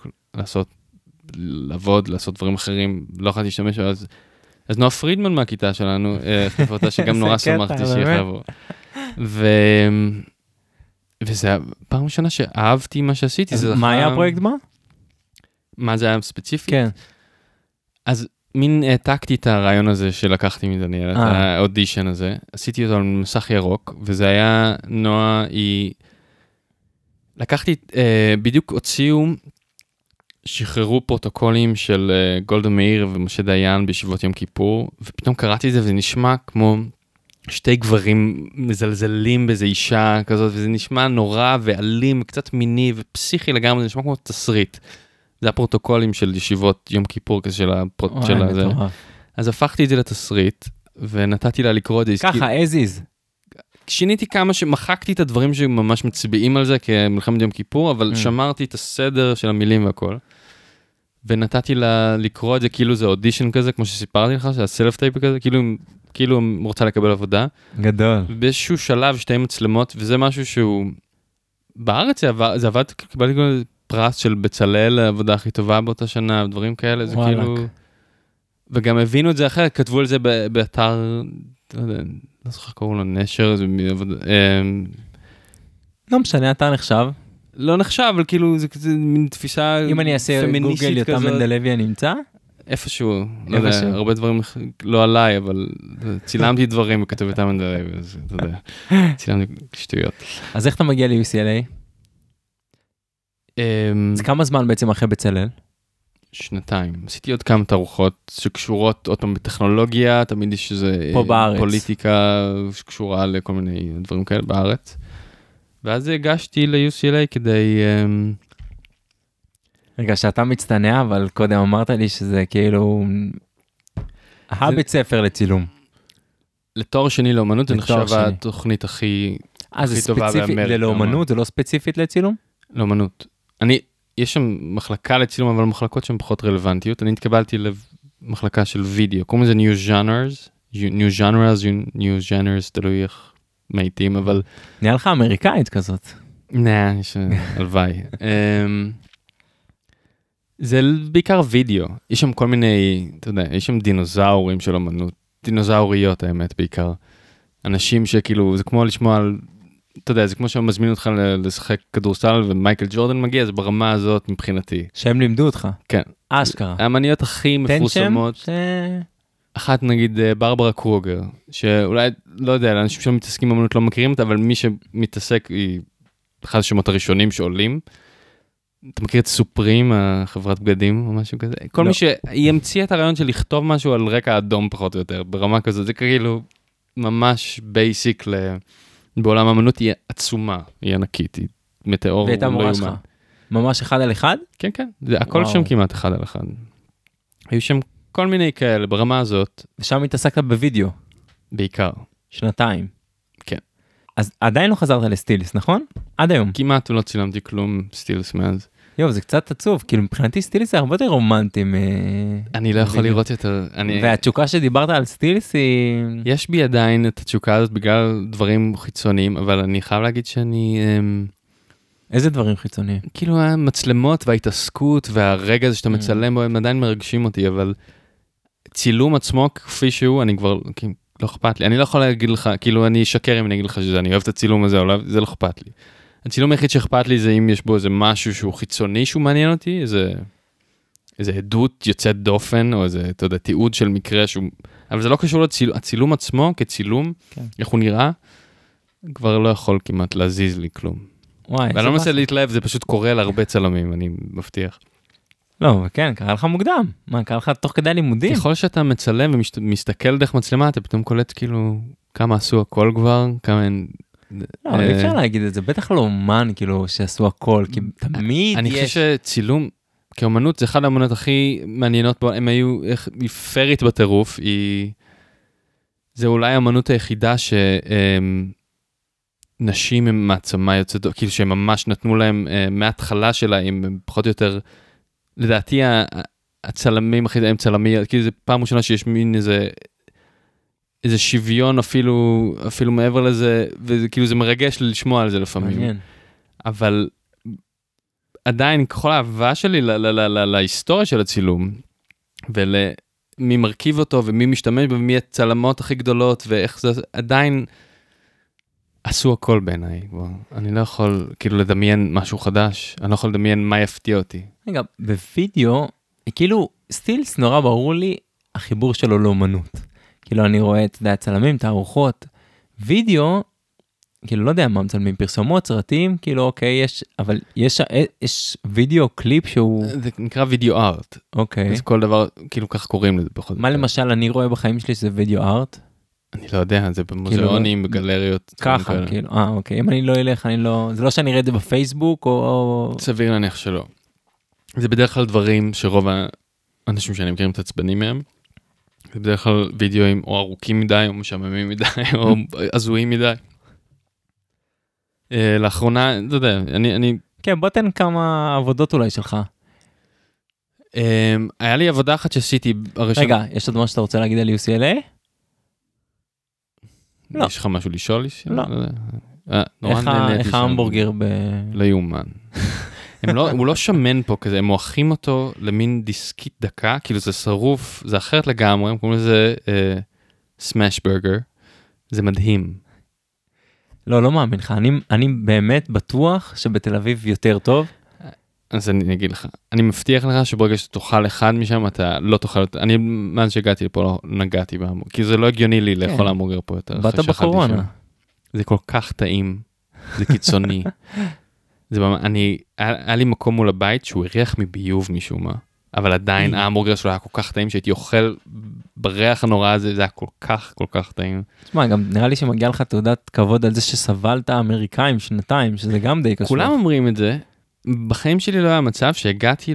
לעבוד, לעשות דברים אחרים, לא יכולתי להשתמש, אז נועה פרידמן מהכיתה שלנו, חברתה שגם נורא שמחתי שהיא חברו. וזה הפעם ראשונה שאהבתי מה שעשיתי. מה היה הפרויקט מה? מה זה היה ספציפי? כן. אז מין העתקתי את הרעיון הזה שלקחתי מדניאל, את האודישן הזה, עשיתי אותו על מסך ירוק, וזה היה נועה, לקחתי, בדיוק הוציאו, שחררו פרוטוקולים של גולדה מאיר ומשה דיין בישיבות יום כיפור, ופתאום קראתי את זה וזה נשמע כמו שתי גברים מזלזלים באיזו אישה כזאת, וזה נשמע נורא ואלים, קצת מיני ופסיכי לגמרי, זה נשמע כמו תסריט. זה הפרוטוקולים של ישיבות יום כיפור כזה של הזה. אז הפכתי את זה לתסריט, ונתתי לה לקרוא את זה. ככה, as is. שיניתי כמה שמחקתי את הדברים שממש מצביעים על זה כמלחמת יום כיפור, אבל שמרתי את הסדר של המילים והכל. ונתתי לה לקרוא את זה כאילו זה אודישן כזה, כמו שסיפרתי לך, שזה סלף טייפ כזה, כאילו רוצה לקבל עבודה. גדול. ובאיזשהו שלב שתי מצלמות, וזה משהו שהוא, בארץ זה עבד, קיבלתי גם פרס של בצלאל, העבודה הכי טובה באותה שנה, ודברים כאלה, זה כאילו, וגם הבינו את זה אחרת, כתבו על זה באתר, לא זוכר קראו לו נשר, לא משנה, אתה נחשב. לא נחשב, אבל כאילו זה מין תפיסה פמיניסטית כזאת. אם אני אעשה גוגל יותם מנדלויה נמצא? איפשהו, לא יודע, הרבה דברים לא עליי, אבל צילמתי דברים וכתוב יותם מנדלליה, אז אתה יודע, צילמתי שטויות. אז איך אתה מגיע ל-UCLA? זה כמה זמן בעצם אחרי בצלאל? 2. עשיתי עוד כמה תערוכות שקשורות עוד פעם בטכנולוגיה, תמיד יש איזה פוליטיקה שקשורה לכל מיני דברים כאלה בארץ. ואז הגשתי ל-UCLA כדי... רגע, שאתה מצטנע, אבל קודם אמרת לי שזה כאילו... הבית ספר לצילום. לתואר שני לאומנות, זה נחשב התוכנית הכי טובה באמריקה. לאומנות, זה לא ספציפית לצילום? לאומנות. יש שם מחלקה לצילום, אבל מחלקות שהן פחות רלוונטיות. אני התקבלתי למחלקה של וידאו. קוראים לזה New Genres, תלוי איך מעיטים, אבל... נהיה לך אמריקאית כזאת. יש הלוואי. זה בעיקר וידאו. יש שם כל מיני, אתה יודע, יש שם דינוזאורים של אמנות. דינוזאוריות, האמת, בעיקר. אנשים שכאילו, זה כמו לשמוע על אתה יודע, זה כמו שהם מזמין אותך לשחק כדורסל, ומייקל ג'ורדן מגיע, זה ברמה הזאת מבחינתי. שהם לימדו אותך. כן. אשכרה. האמניות הכי מפורסמות. תן שם אחת נגיד ברברה קרוגר, שאולי, לא יודע, אנשים שמתעסקים באמנות לא מכירים אותה, אבל מי שמתעסק היא אחד השמות הראשונים שעולים. אתה מכיר את סופרים, החברת בגדים או משהו כזה? כל מי שהיא המציאה את הרעיון של לכתוב משהו על רקע אדום פחות או יותר, ברמה כזו, זה כאילו ממש בייסיק בעולם האמנות, היא עצומה, היא ענקית, היא מטאור. והייתה מורה שלך. ממש אחד על אחד? כן, כן, זה הכל שם כמעט אחד על אחד. היו שם כל מיני כאלה ברמה הזאת. ושם התעסקת בווידאו. בעיקר. 2 כן. אז עדיין לא חזרת לסטילס, נכון? עד היום. כמעט לא צילמתי כלום סטילס מאז. יו, זה קצת עצוב, כאילו מבחינתי סטילס זה הרבה יותר רומנטי. אני לא יכול לראות יותר. והתשוקה שדיברת על סטילס היא... יש בי עדיין את התשוקה הזאת בגלל דברים חיצוניים, אבל אני חייב להגיד שאני... איזה דברים חיצוניים? כאילו המצלמות וההתעסקות והרגע הזה שאתה מצלם בו, הם עדיין מרגשים אותי, אבל צילום עצמו כפי שהוא, אני כבר... לא אכפת לי. אני לא יכול להגיד לך, כאילו אני אשקר אם אני אגיד לך שאני אוהב את הצילום הזה, זה לא אכפת לי. הצילום היחיד שאכפת לי זה אם יש בו איזה משהו שהוא חיצוני שהוא מעניין אותי, איזה עדות יוצאת דופן, או איזה, אתה יודע, תיעוד של מקרה שהוא... אבל זה לא קשור לצילום, הצילום עצמו כצילום, איך הוא נראה, כבר לא יכול כמעט להזיז לי כלום. ואני לא מנסה להתלהב, זה פשוט קורה להרבה צלמים, אני מבטיח. לא, כן, קרה לך מוקדם. מה, קרה לך תוך כדי לימודים? ככל שאתה מצלם ומסתכל דרך מצלמה, אתה פתאום קולט כאילו כמה עשו הכל כבר, כמה הן... לא, אי אפשר להגיד את זה, בטח לא אומן כאילו שעשו הכל, כי תמיד יש... אני חושב שצילום כאומנות זה אחד האמנות הכי מעניינות בו, הם היו, היא פרית בטירוף, זה אולי האמנות היחידה שנשים הם מעצמה יוצאת, כאילו שהם ממש נתנו להם מההתחלה שלה, הם פחות או יותר, לדעתי הצלמים הכי, הם צלמי, כאילו זה פעם ראשונה שיש מין איזה שוויון אפילו מעבר לזה, וכאילו זה מרגש לשמוע על זה לפעמים. מעניין. אבל עדיין, ככל האהבה שלי להיסטוריה של הצילום, ומי מרכיב אותו, ומי משתמש בו, ומי הצלמות הכי גדולות, ואיך זה, עדיין עשו הכל בעיניי. אני לא יכול כאילו לדמיין משהו חדש, אני לא יכול לדמיין מה יפתיע אותי. רגע, בווידאו, כאילו, סטילס נורא ברור לי, החיבור שלו לאומנות. כאילו אני רואה את הצלמים, תערוכות, וידאו, כאילו לא יודע מה מצלמים, פרסומות, סרטים, כאילו אוקיי, אבל יש וידאו קליפ שהוא... זה נקרא וידאו ארט. אוקיי. אז כל דבר, כאילו כך קוראים לזה פחות. מה למשל אני רואה בחיים שלי שזה וידאו ארט? אני לא יודע, זה במוזיאונים, בגלריות. ככה, כאילו, אוקיי, אם אני לא אלך, אני לא... זה לא שאני אראה את זה בפייסבוק או... סביר להניח שלא. זה בדרך כלל דברים שרוב האנשים שאני מכירים את עצבנים מהם, זה בדרך כלל וידאוים או ארוכים מדי, או משעממים מדי, או עזויים מדי. לאחרונה, אתה יודע, אני... כן, בוא תן כמה עבודות אולי שלך. היה לי עבודה אחת שעשיתי... רגע, יש עוד מה שאתה רוצה להגיד על UCLA? לא. יש לך משהו לשאול? לא. איך ההמבורגר ב... לא יאומן. הוא לא שמן פה כזה, הם מועכים אותו למין דיסקית דקה, כאילו זה שרוף, זה אחרת לגמרי, הם קוראים לזה סמאש ברגר, זה מדהים. לא מאמין לך, אני באמת בטוח שבתל אביב יותר טוב. אז אני אגיד לך, אני מבטיח לך שברגע שאתה תאכל אחד משם, אתה לא תאכל, אני מאז שהגעתי לפה לא נגעתי בהמבורגר, כי זה לא הגיוני לי לאכול המבורגר פה יותר. באת בקורונה. זה כל כך טעים, זה קיצוני. היה לי מקום מול הבית שהוא הריח מביוב משום מה, אבל עדיין ההמבורגר שלו היה כל כך טעים שהייתי אוכל בריח הנורא הזה, זה היה כל כך טעים. תשמע, גם נראה לי שמגיע לך תעודת כבוד על זה שסבלת אמריקאים 2, שזה גם די קשור. כולם אומרים את זה, בחיים שלי לא היה מצב שהגעתי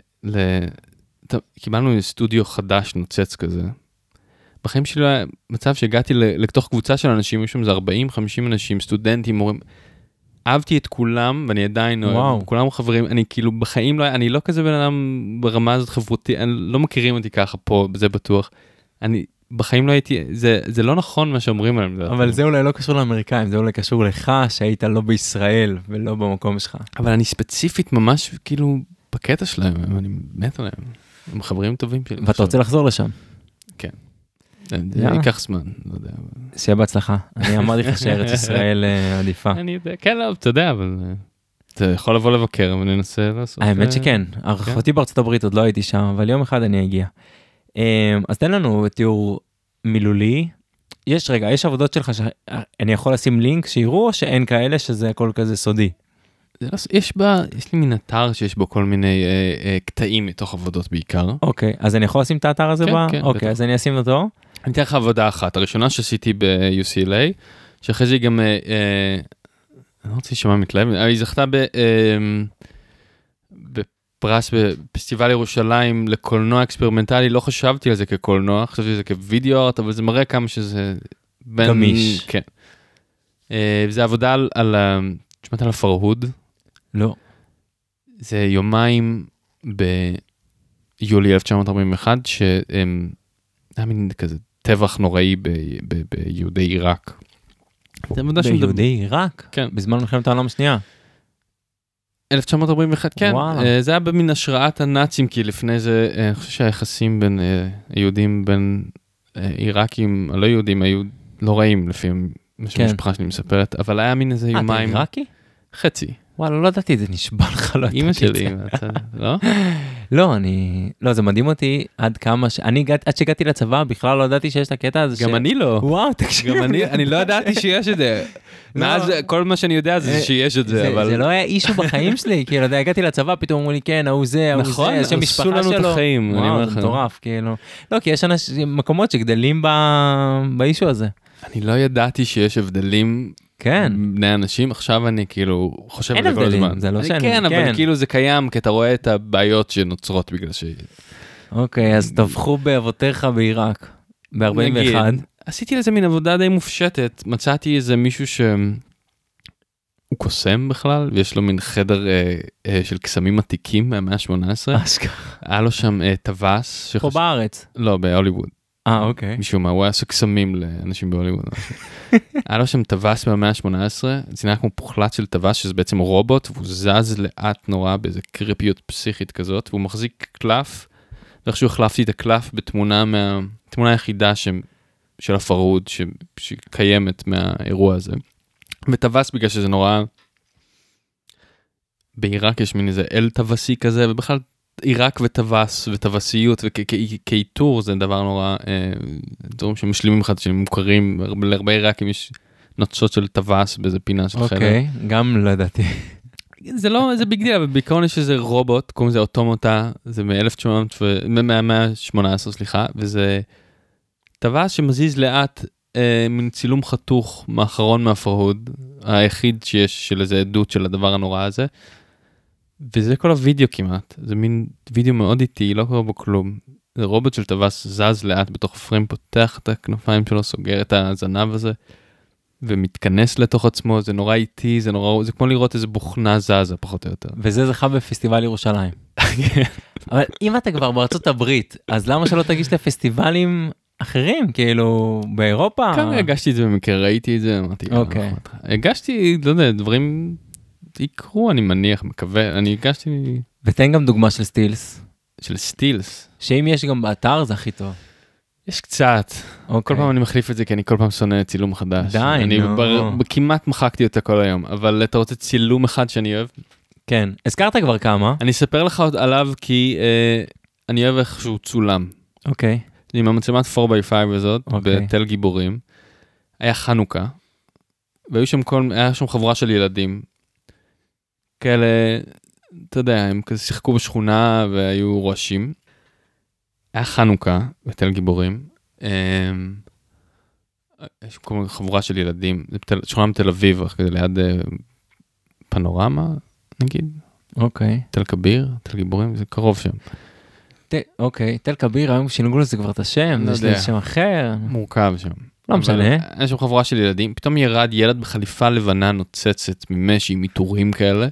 קיבלנו סטודיו חדש נוצץ כזה, בחיים שלי לא היה מצב שהגעתי לתוך קבוצה של אנשים, יש שם זה 40-50 אנשים, סטודנטים, מורים, אהבתי את כולם, ואני עדיין אוהב, כולם חברים, אני כאילו בחיים לא, אני לא כזה בן אדם ברמה הזאת חברותי, לא מכירים אותי ככה פה, זה בטוח, אני בחיים לא הייתי, זה לא נכון מה שאומרים עליהם. אבל זה אולי לא קשור לאמריקאים, זה אולי קשור לך שהיית לא בישראל ולא במקום שלך. אבל אני ספציפית ממש כאילו בקטע שלהם, אני מת עליהם, הם חברים טובים שלי. ואתה רוצה לחזור לשם? כן. זה ייקח זמן, לא יודע. שיהיה בהצלחה. אני אמרתי לך שארץ ישראל עדיפה. אני יודע, כן, לא, אתה יודע, אבל אתה יכול לבוא לבקר וננסה לעשות. האמת שכן, אחותי בארצות הברית עוד לא הייתי שם, אבל יום אחד אני אגיע. אז תן לנו תיאור מילולי. יש עבודות שלך שאני יכול לשים לינק שיראו, או שאין כאלה שזה הכל כזה סודי? יש לי מין אתר שיש בו כל מיני קטעים מתוך עבודות בעיקר. אוקיי, אז אני יכול לשים את האתר הזה בה? כן, אוקיי, אז אני אשים אותו. אני אתן לך עבודה אחת, הראשונה שעשיתי ב-UCLA, שאחרי זה היא גם, אני לא רוצה לשמוע מתלהב, אבל היא זכתה בפרס בפסטיבל ירושלים לקולנוע אקספרימנטלי, לא חשבתי על זה כקולנוע, חשבתי על זה כווידאו ארט, אבל זה מראה כמה שזה גמיש. כן. זה עבודה שמעת על הפרהוד? לא. זה יומיים ביולי 1941, היה מין כזה טבח נוראי ביהודי עיראק. ביהודי עיראק? כן. בזמן מלחמת העולם השנייה? 1941, כן. וואלה. זה היה במין השראת הנאצים, כי לפני זה, אני חושב שהיחסים בין היהודים, בין עיראקים, הלא יהודים, היו לא רעים, לפי מה שהמשפחה שלי מספרת, אבל היה מין איזה יומיים... אתה עיראקי? חצי. וואלה, לא ידעתי את זה, נשבע לך, לא אמא שלי, לא? לא, זה מדהים אותי עד כמה עד שהגעתי לצבא, בכלל לא ידעתי שיש את הקטע הזה גם אני לא. וואו, תקשיב. גם אני לא ידעתי שיש את זה. מאז, כל מה שאני יודע זה שיש את זה, אבל... זה לא היה אישו בחיים שלי, כאילו, הגעתי לצבא, פתאום אמרו לי, כן, ההוא זה, נכון, הרסו לנו את החיים, אני אומר וואו, לך. זה מטורף, כאילו. לא, כי יש מקומות שגדלים באישו הזה. אני לא ידעתי שיש הבדלים כן. בני אנשים, עכשיו אני כאילו חושב על זה כל הזמן. אין הבדלים, זה לא שאני... כן, אבל כאילו זה קיים, כי אתה רואה את הבעיות שנוצרות בגלל ש... אוקיי, אז טבחו באבותיך בעיראק, ב-41. עשיתי לזה מין עבודה די מופשטת, מצאתי איזה מישהו שהוא קוסם בכלל, ויש לו מין חדר של קסמים עתיקים מהמאה ה-18. היה לו שם טווס. פה בארץ? לא, בהוליווד. אוקיי. משום מה, הוא היה עושה קסמים לאנשים בהוליווד. היה לו שם טווס במאה ה-18, זה נראה כמו פוחלט של טווס, שזה בעצם רובוט, והוא זז לאט נורא באיזה קריפיות פסיכית כזאת, והוא מחזיק קלף, ואיכשהו החלפתי את הקלף בתמונה היחידה של הפרהוד, שקיימת מהאירוע הזה. וטווס בגלל שזה נורא, בעיראק יש מין איזה אל טווסי כזה, ובכלל עיראק וטווס וטווסיות וכאיתור זה דבר נורא, דברים שמשלימים אחד שמוכרים, להרבה עיראקים יש נוצות של טווס באיזה פינה של חדר. אוקיי, גם לא ידעתי. זה לא, זה ביג דיל, אבל בעיקרון יש איזה רובוט, קוראים לזה אוטומוטה, זה מ-1918, סליחה, וזה טווס שמזיז לאט מן צילום חתוך מאחרון מהפרהוד, היחיד שיש של איזה עדות של הדבר הנורא הזה, וזה כל הוידאו כמעט, זה מין וידאו מאוד איטי, לא קורה בו כלום. זה רובוט של טווס זז לאט בתוך הפריים, פותח את הכנפיים שלו, סוגר את הזנב הזה, ומתכנס לתוך עצמו, זה נורא איטי, זה כמו לראות איזה בוכנה זזה, פחות או יותר. וזה זכה בפסטיבל ירושלים. אבל אם אתה כבר בארצות הברית, אז למה שלא תגיש לפסטיבלים אחרים, כאילו באירופה? כמה הגשתי את זה במקרה, ראיתי את זה, אמרתי, אוקיי. הגשתי, לא יודע, דברים יקרו, אני מניח, מקווה, אני הגשתי... ותן גם דוגמה של סטילס. של סטילס? שאם יש גם באתר, זה הכי טוב. יש קצת. אוקיי. כל פעם אני מחליף את זה, כי אני כל פעם שונא צילום חדש. די, נו. כמעט מחקתי אותה כל היום, אבל אתה רוצה צילום אחד שאני אוהב? כן. הזכרת כבר כמה. אני אספר לך עוד עליו, כי אני אוהב איך שהוא צולם. אוקיי. עם המצלמת 4x5 הזאת, אוקיי. בתל גיבורים. היה חנוכה, והיו שם היה שם חבורה של ילדים, כאלה, אתה יודע, הם כזה שיחקו בשכונה והיו רועשים. היה חנוכה בתל גיבורים, יש כל מיני חבורה של ילדים, זה שכונה בתל אביב, כזה ליד פנורמה, נגיד. אוקיי. תל כביר, תל גיבורים, זה קרוב שם. אוקיי, תל כביר, היום שינגו לזה כבר את השם, יש לי שם אחר. מורכב שם. לא משנה. היה שם חבורה של ילדים, פתאום ירד ילד בחליפה לבנה נוצצת ממשי, עם עיטורים כאלה,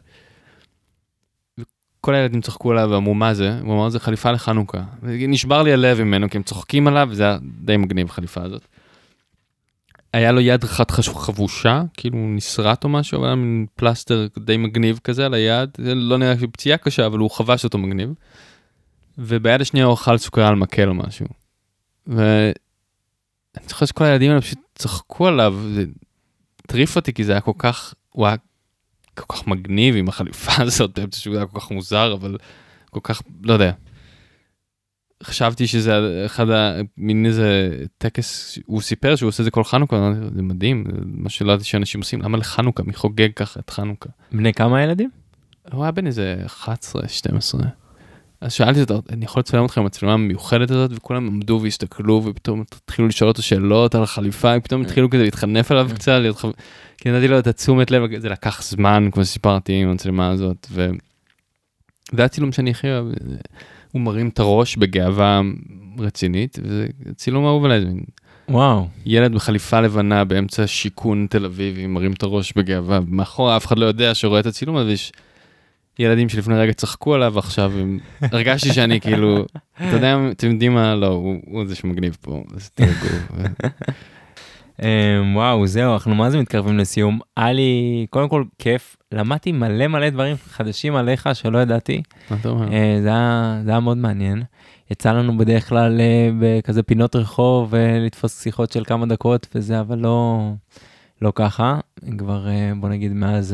כל הילדים צחקו עליו ואמרו מה זה, הוא אמר זה חליפה לחנוכה, נשבר לי הלב ממנו כי הם צוחקים עליו, וזה היה די מגניב החליפה הזאת. היה לו יד אחת חבושה, כאילו נסרט או משהו, אבל היה מין פלסטר די מגניב כזה על היד, זה לא נראה פציעה קשה, אבל הוא חבש אותו מגניב, וביד השנייה הוא אכל סוכר על מקל או משהו. אני זוכר שכל הילדים האלה פשוט צחקו עליו, זה טריף אותי, כי זה היה כל כך, הוא היה כל כך מגניב עם החליפה הזאת, שהוא היה כל כך מוזר, אבל כל כך, לא יודע. חשבתי שזה אחד מין איזה טקס, הוא סיפר שהוא עושה את זה כל חנוכה, זה מדהים, מה שלא ידעתי שאנשים עושים, למה לחנוכה, מי חוגג ככה את חנוכה? בני כמה ילדים? הוא היה בין איזה 11, 12. אז שאלתי אותו, אני יכול לצלם אותך עם המצלמה המיוחדת הזאת, וכולם עמדו והסתכלו, ופתאום התחילו לשאול אותו שאלות על החליפה, ופתאום התחילו כזה להתחנף עליו קצת, כי נתתי לו את התשומת לב, זה לקח זמן, כמו שסיפרתי עם המצלמה הזאת, וזה הצילום שאני הכי אוהב, הוא מרים את הראש בגאווה רצינית, וזה צילום אהוב עליי, וואו. ילד בחליפה לבנה באמצע שיכון תל אביב, מרים את הראש בגאווה, מאחורה אף אחד לא יודע שרואה את הצילום הזה, ויש ילדים שלפני רגע צחקו עליו, עכשיו הרגשתי שאני כאילו, אתה יודע, אתם יודעים מה, לא, הוא זה שמגניב פה, אז תרגעו. וואו, זהו, אנחנו מה זה מתקרבים לסיום. היה לי, קודם כל, כיף. למדתי מלא דברים חדשים עליך שלא ידעתי. מה אתה אומר? זה היה מאוד מעניין. יצא לנו בדרך כלל בכזה פינות רחוב, לתפוס שיחות של כמה דקות וזה, אבל לא ככה. כבר, בוא נגיד,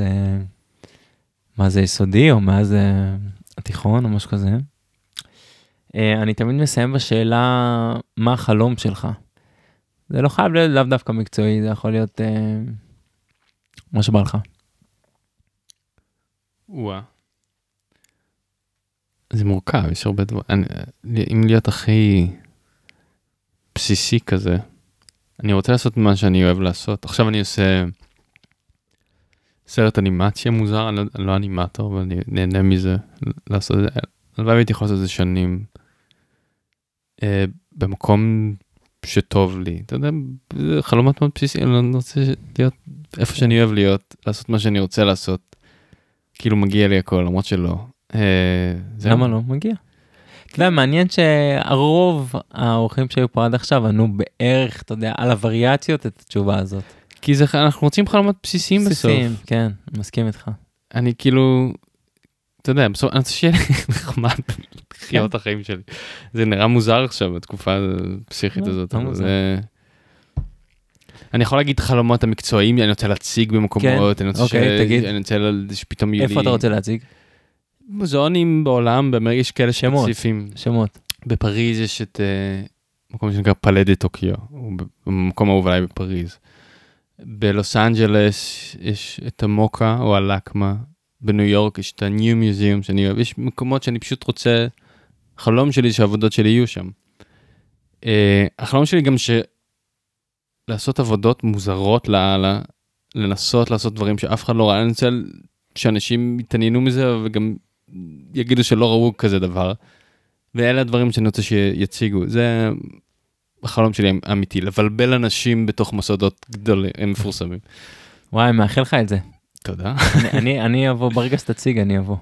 מאז יסודי, או מאז התיכון, או משהו כזה. אני תמיד מסיים בשאלה, מה החלום שלך? זה לא חייב להיות לאו דווקא מקצועי, זה יכול להיות מה שבא לך. וואה. זה מורכב, יש הרבה דבר. אם להיות הכי בסיסי כזה, אני רוצה לעשות מה שאני אוהב לעשות. עכשיו אני עושה סרט אנימציה מוזר, אני לא אנימטור, אבל אני נהנה מזה לעשות את זה. הלוואי הייתי יכול לעשות את זה שנים במקום שטוב לי. אתה יודע, חלומות מאוד בסיסי, אני רוצה להיות איפה שאני אוהב להיות, לעשות מה שאני רוצה לעשות. כאילו מגיע לי הכל, למרות שלא. למה לא? מגיע. אתה יודע, מעניין שהרוב האורחים שהיו פה עד עכשיו ענו בערך, אתה יודע, על הווריאציות את התשובה הזאת. כי אנחנו רוצים חלומות בסיסיים בסוף. בסיסיים, כן, מסכים איתך. אני כאילו, אתה יודע, בסוף אני רוצה שיהיה נחמד לחיות החיים שלי. זה נראה מוזר עכשיו, בתקופה הפסיכית הזאת. אני יכול להגיד חלומות המקצועיים, אני רוצה להציג במקומות, אני רוצה שפתאום יהיה לי... איפה אתה רוצה להציג? מוזיאונים בעולם, יש כאלה ספציפיים. שמות. בפריז יש את מקום שנקרא פאלה דה טוקיו, הוא במקום האהוב עליי בפריז. בלוס אנג'לס יש את המוקה או הלקמה, בניו יורק יש את הניו מיוזיאום שאני אוהב, יש מקומות שאני פשוט רוצה, החלום שלי שהעבודות שלי יהיו שם. החלום שלי גם לעשות עבודות מוזרות לאללה, לנסות לעשות דברים שאף אחד לא ראה, אני רוצה שאנשים יתעניינו מזה וגם יגידו שלא ראו כזה דבר, ואלה הדברים שאני רוצה שיציגו, זה החלום שלי אמיתי, לבלבל אנשים בתוך מסודות גדולים, הם מפורסמים. וואי, מאחל לך את זה. תודה. אני אבוא, ברגע שתציג אני אבוא.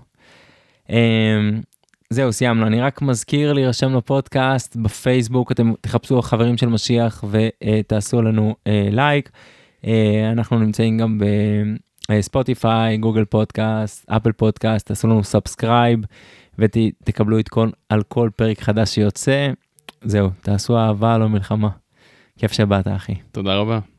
זהו, סיימנו. אני רק מזכיר להירשם לפודקאסט בפייסבוק, אתם תחפשו חברים של משיח ותעשו לנו לייק. אנחנו נמצאים גם בספוטיפיי, גוגל פודקאסט, אפל פודקאסט, תעשו לנו סאבסקרייב ותקבלו עדכון על כל פרק חדש שיוצא. זהו, תעשו אהבה, לא מלחמה. כיף שבאת, אחי. תודה רבה.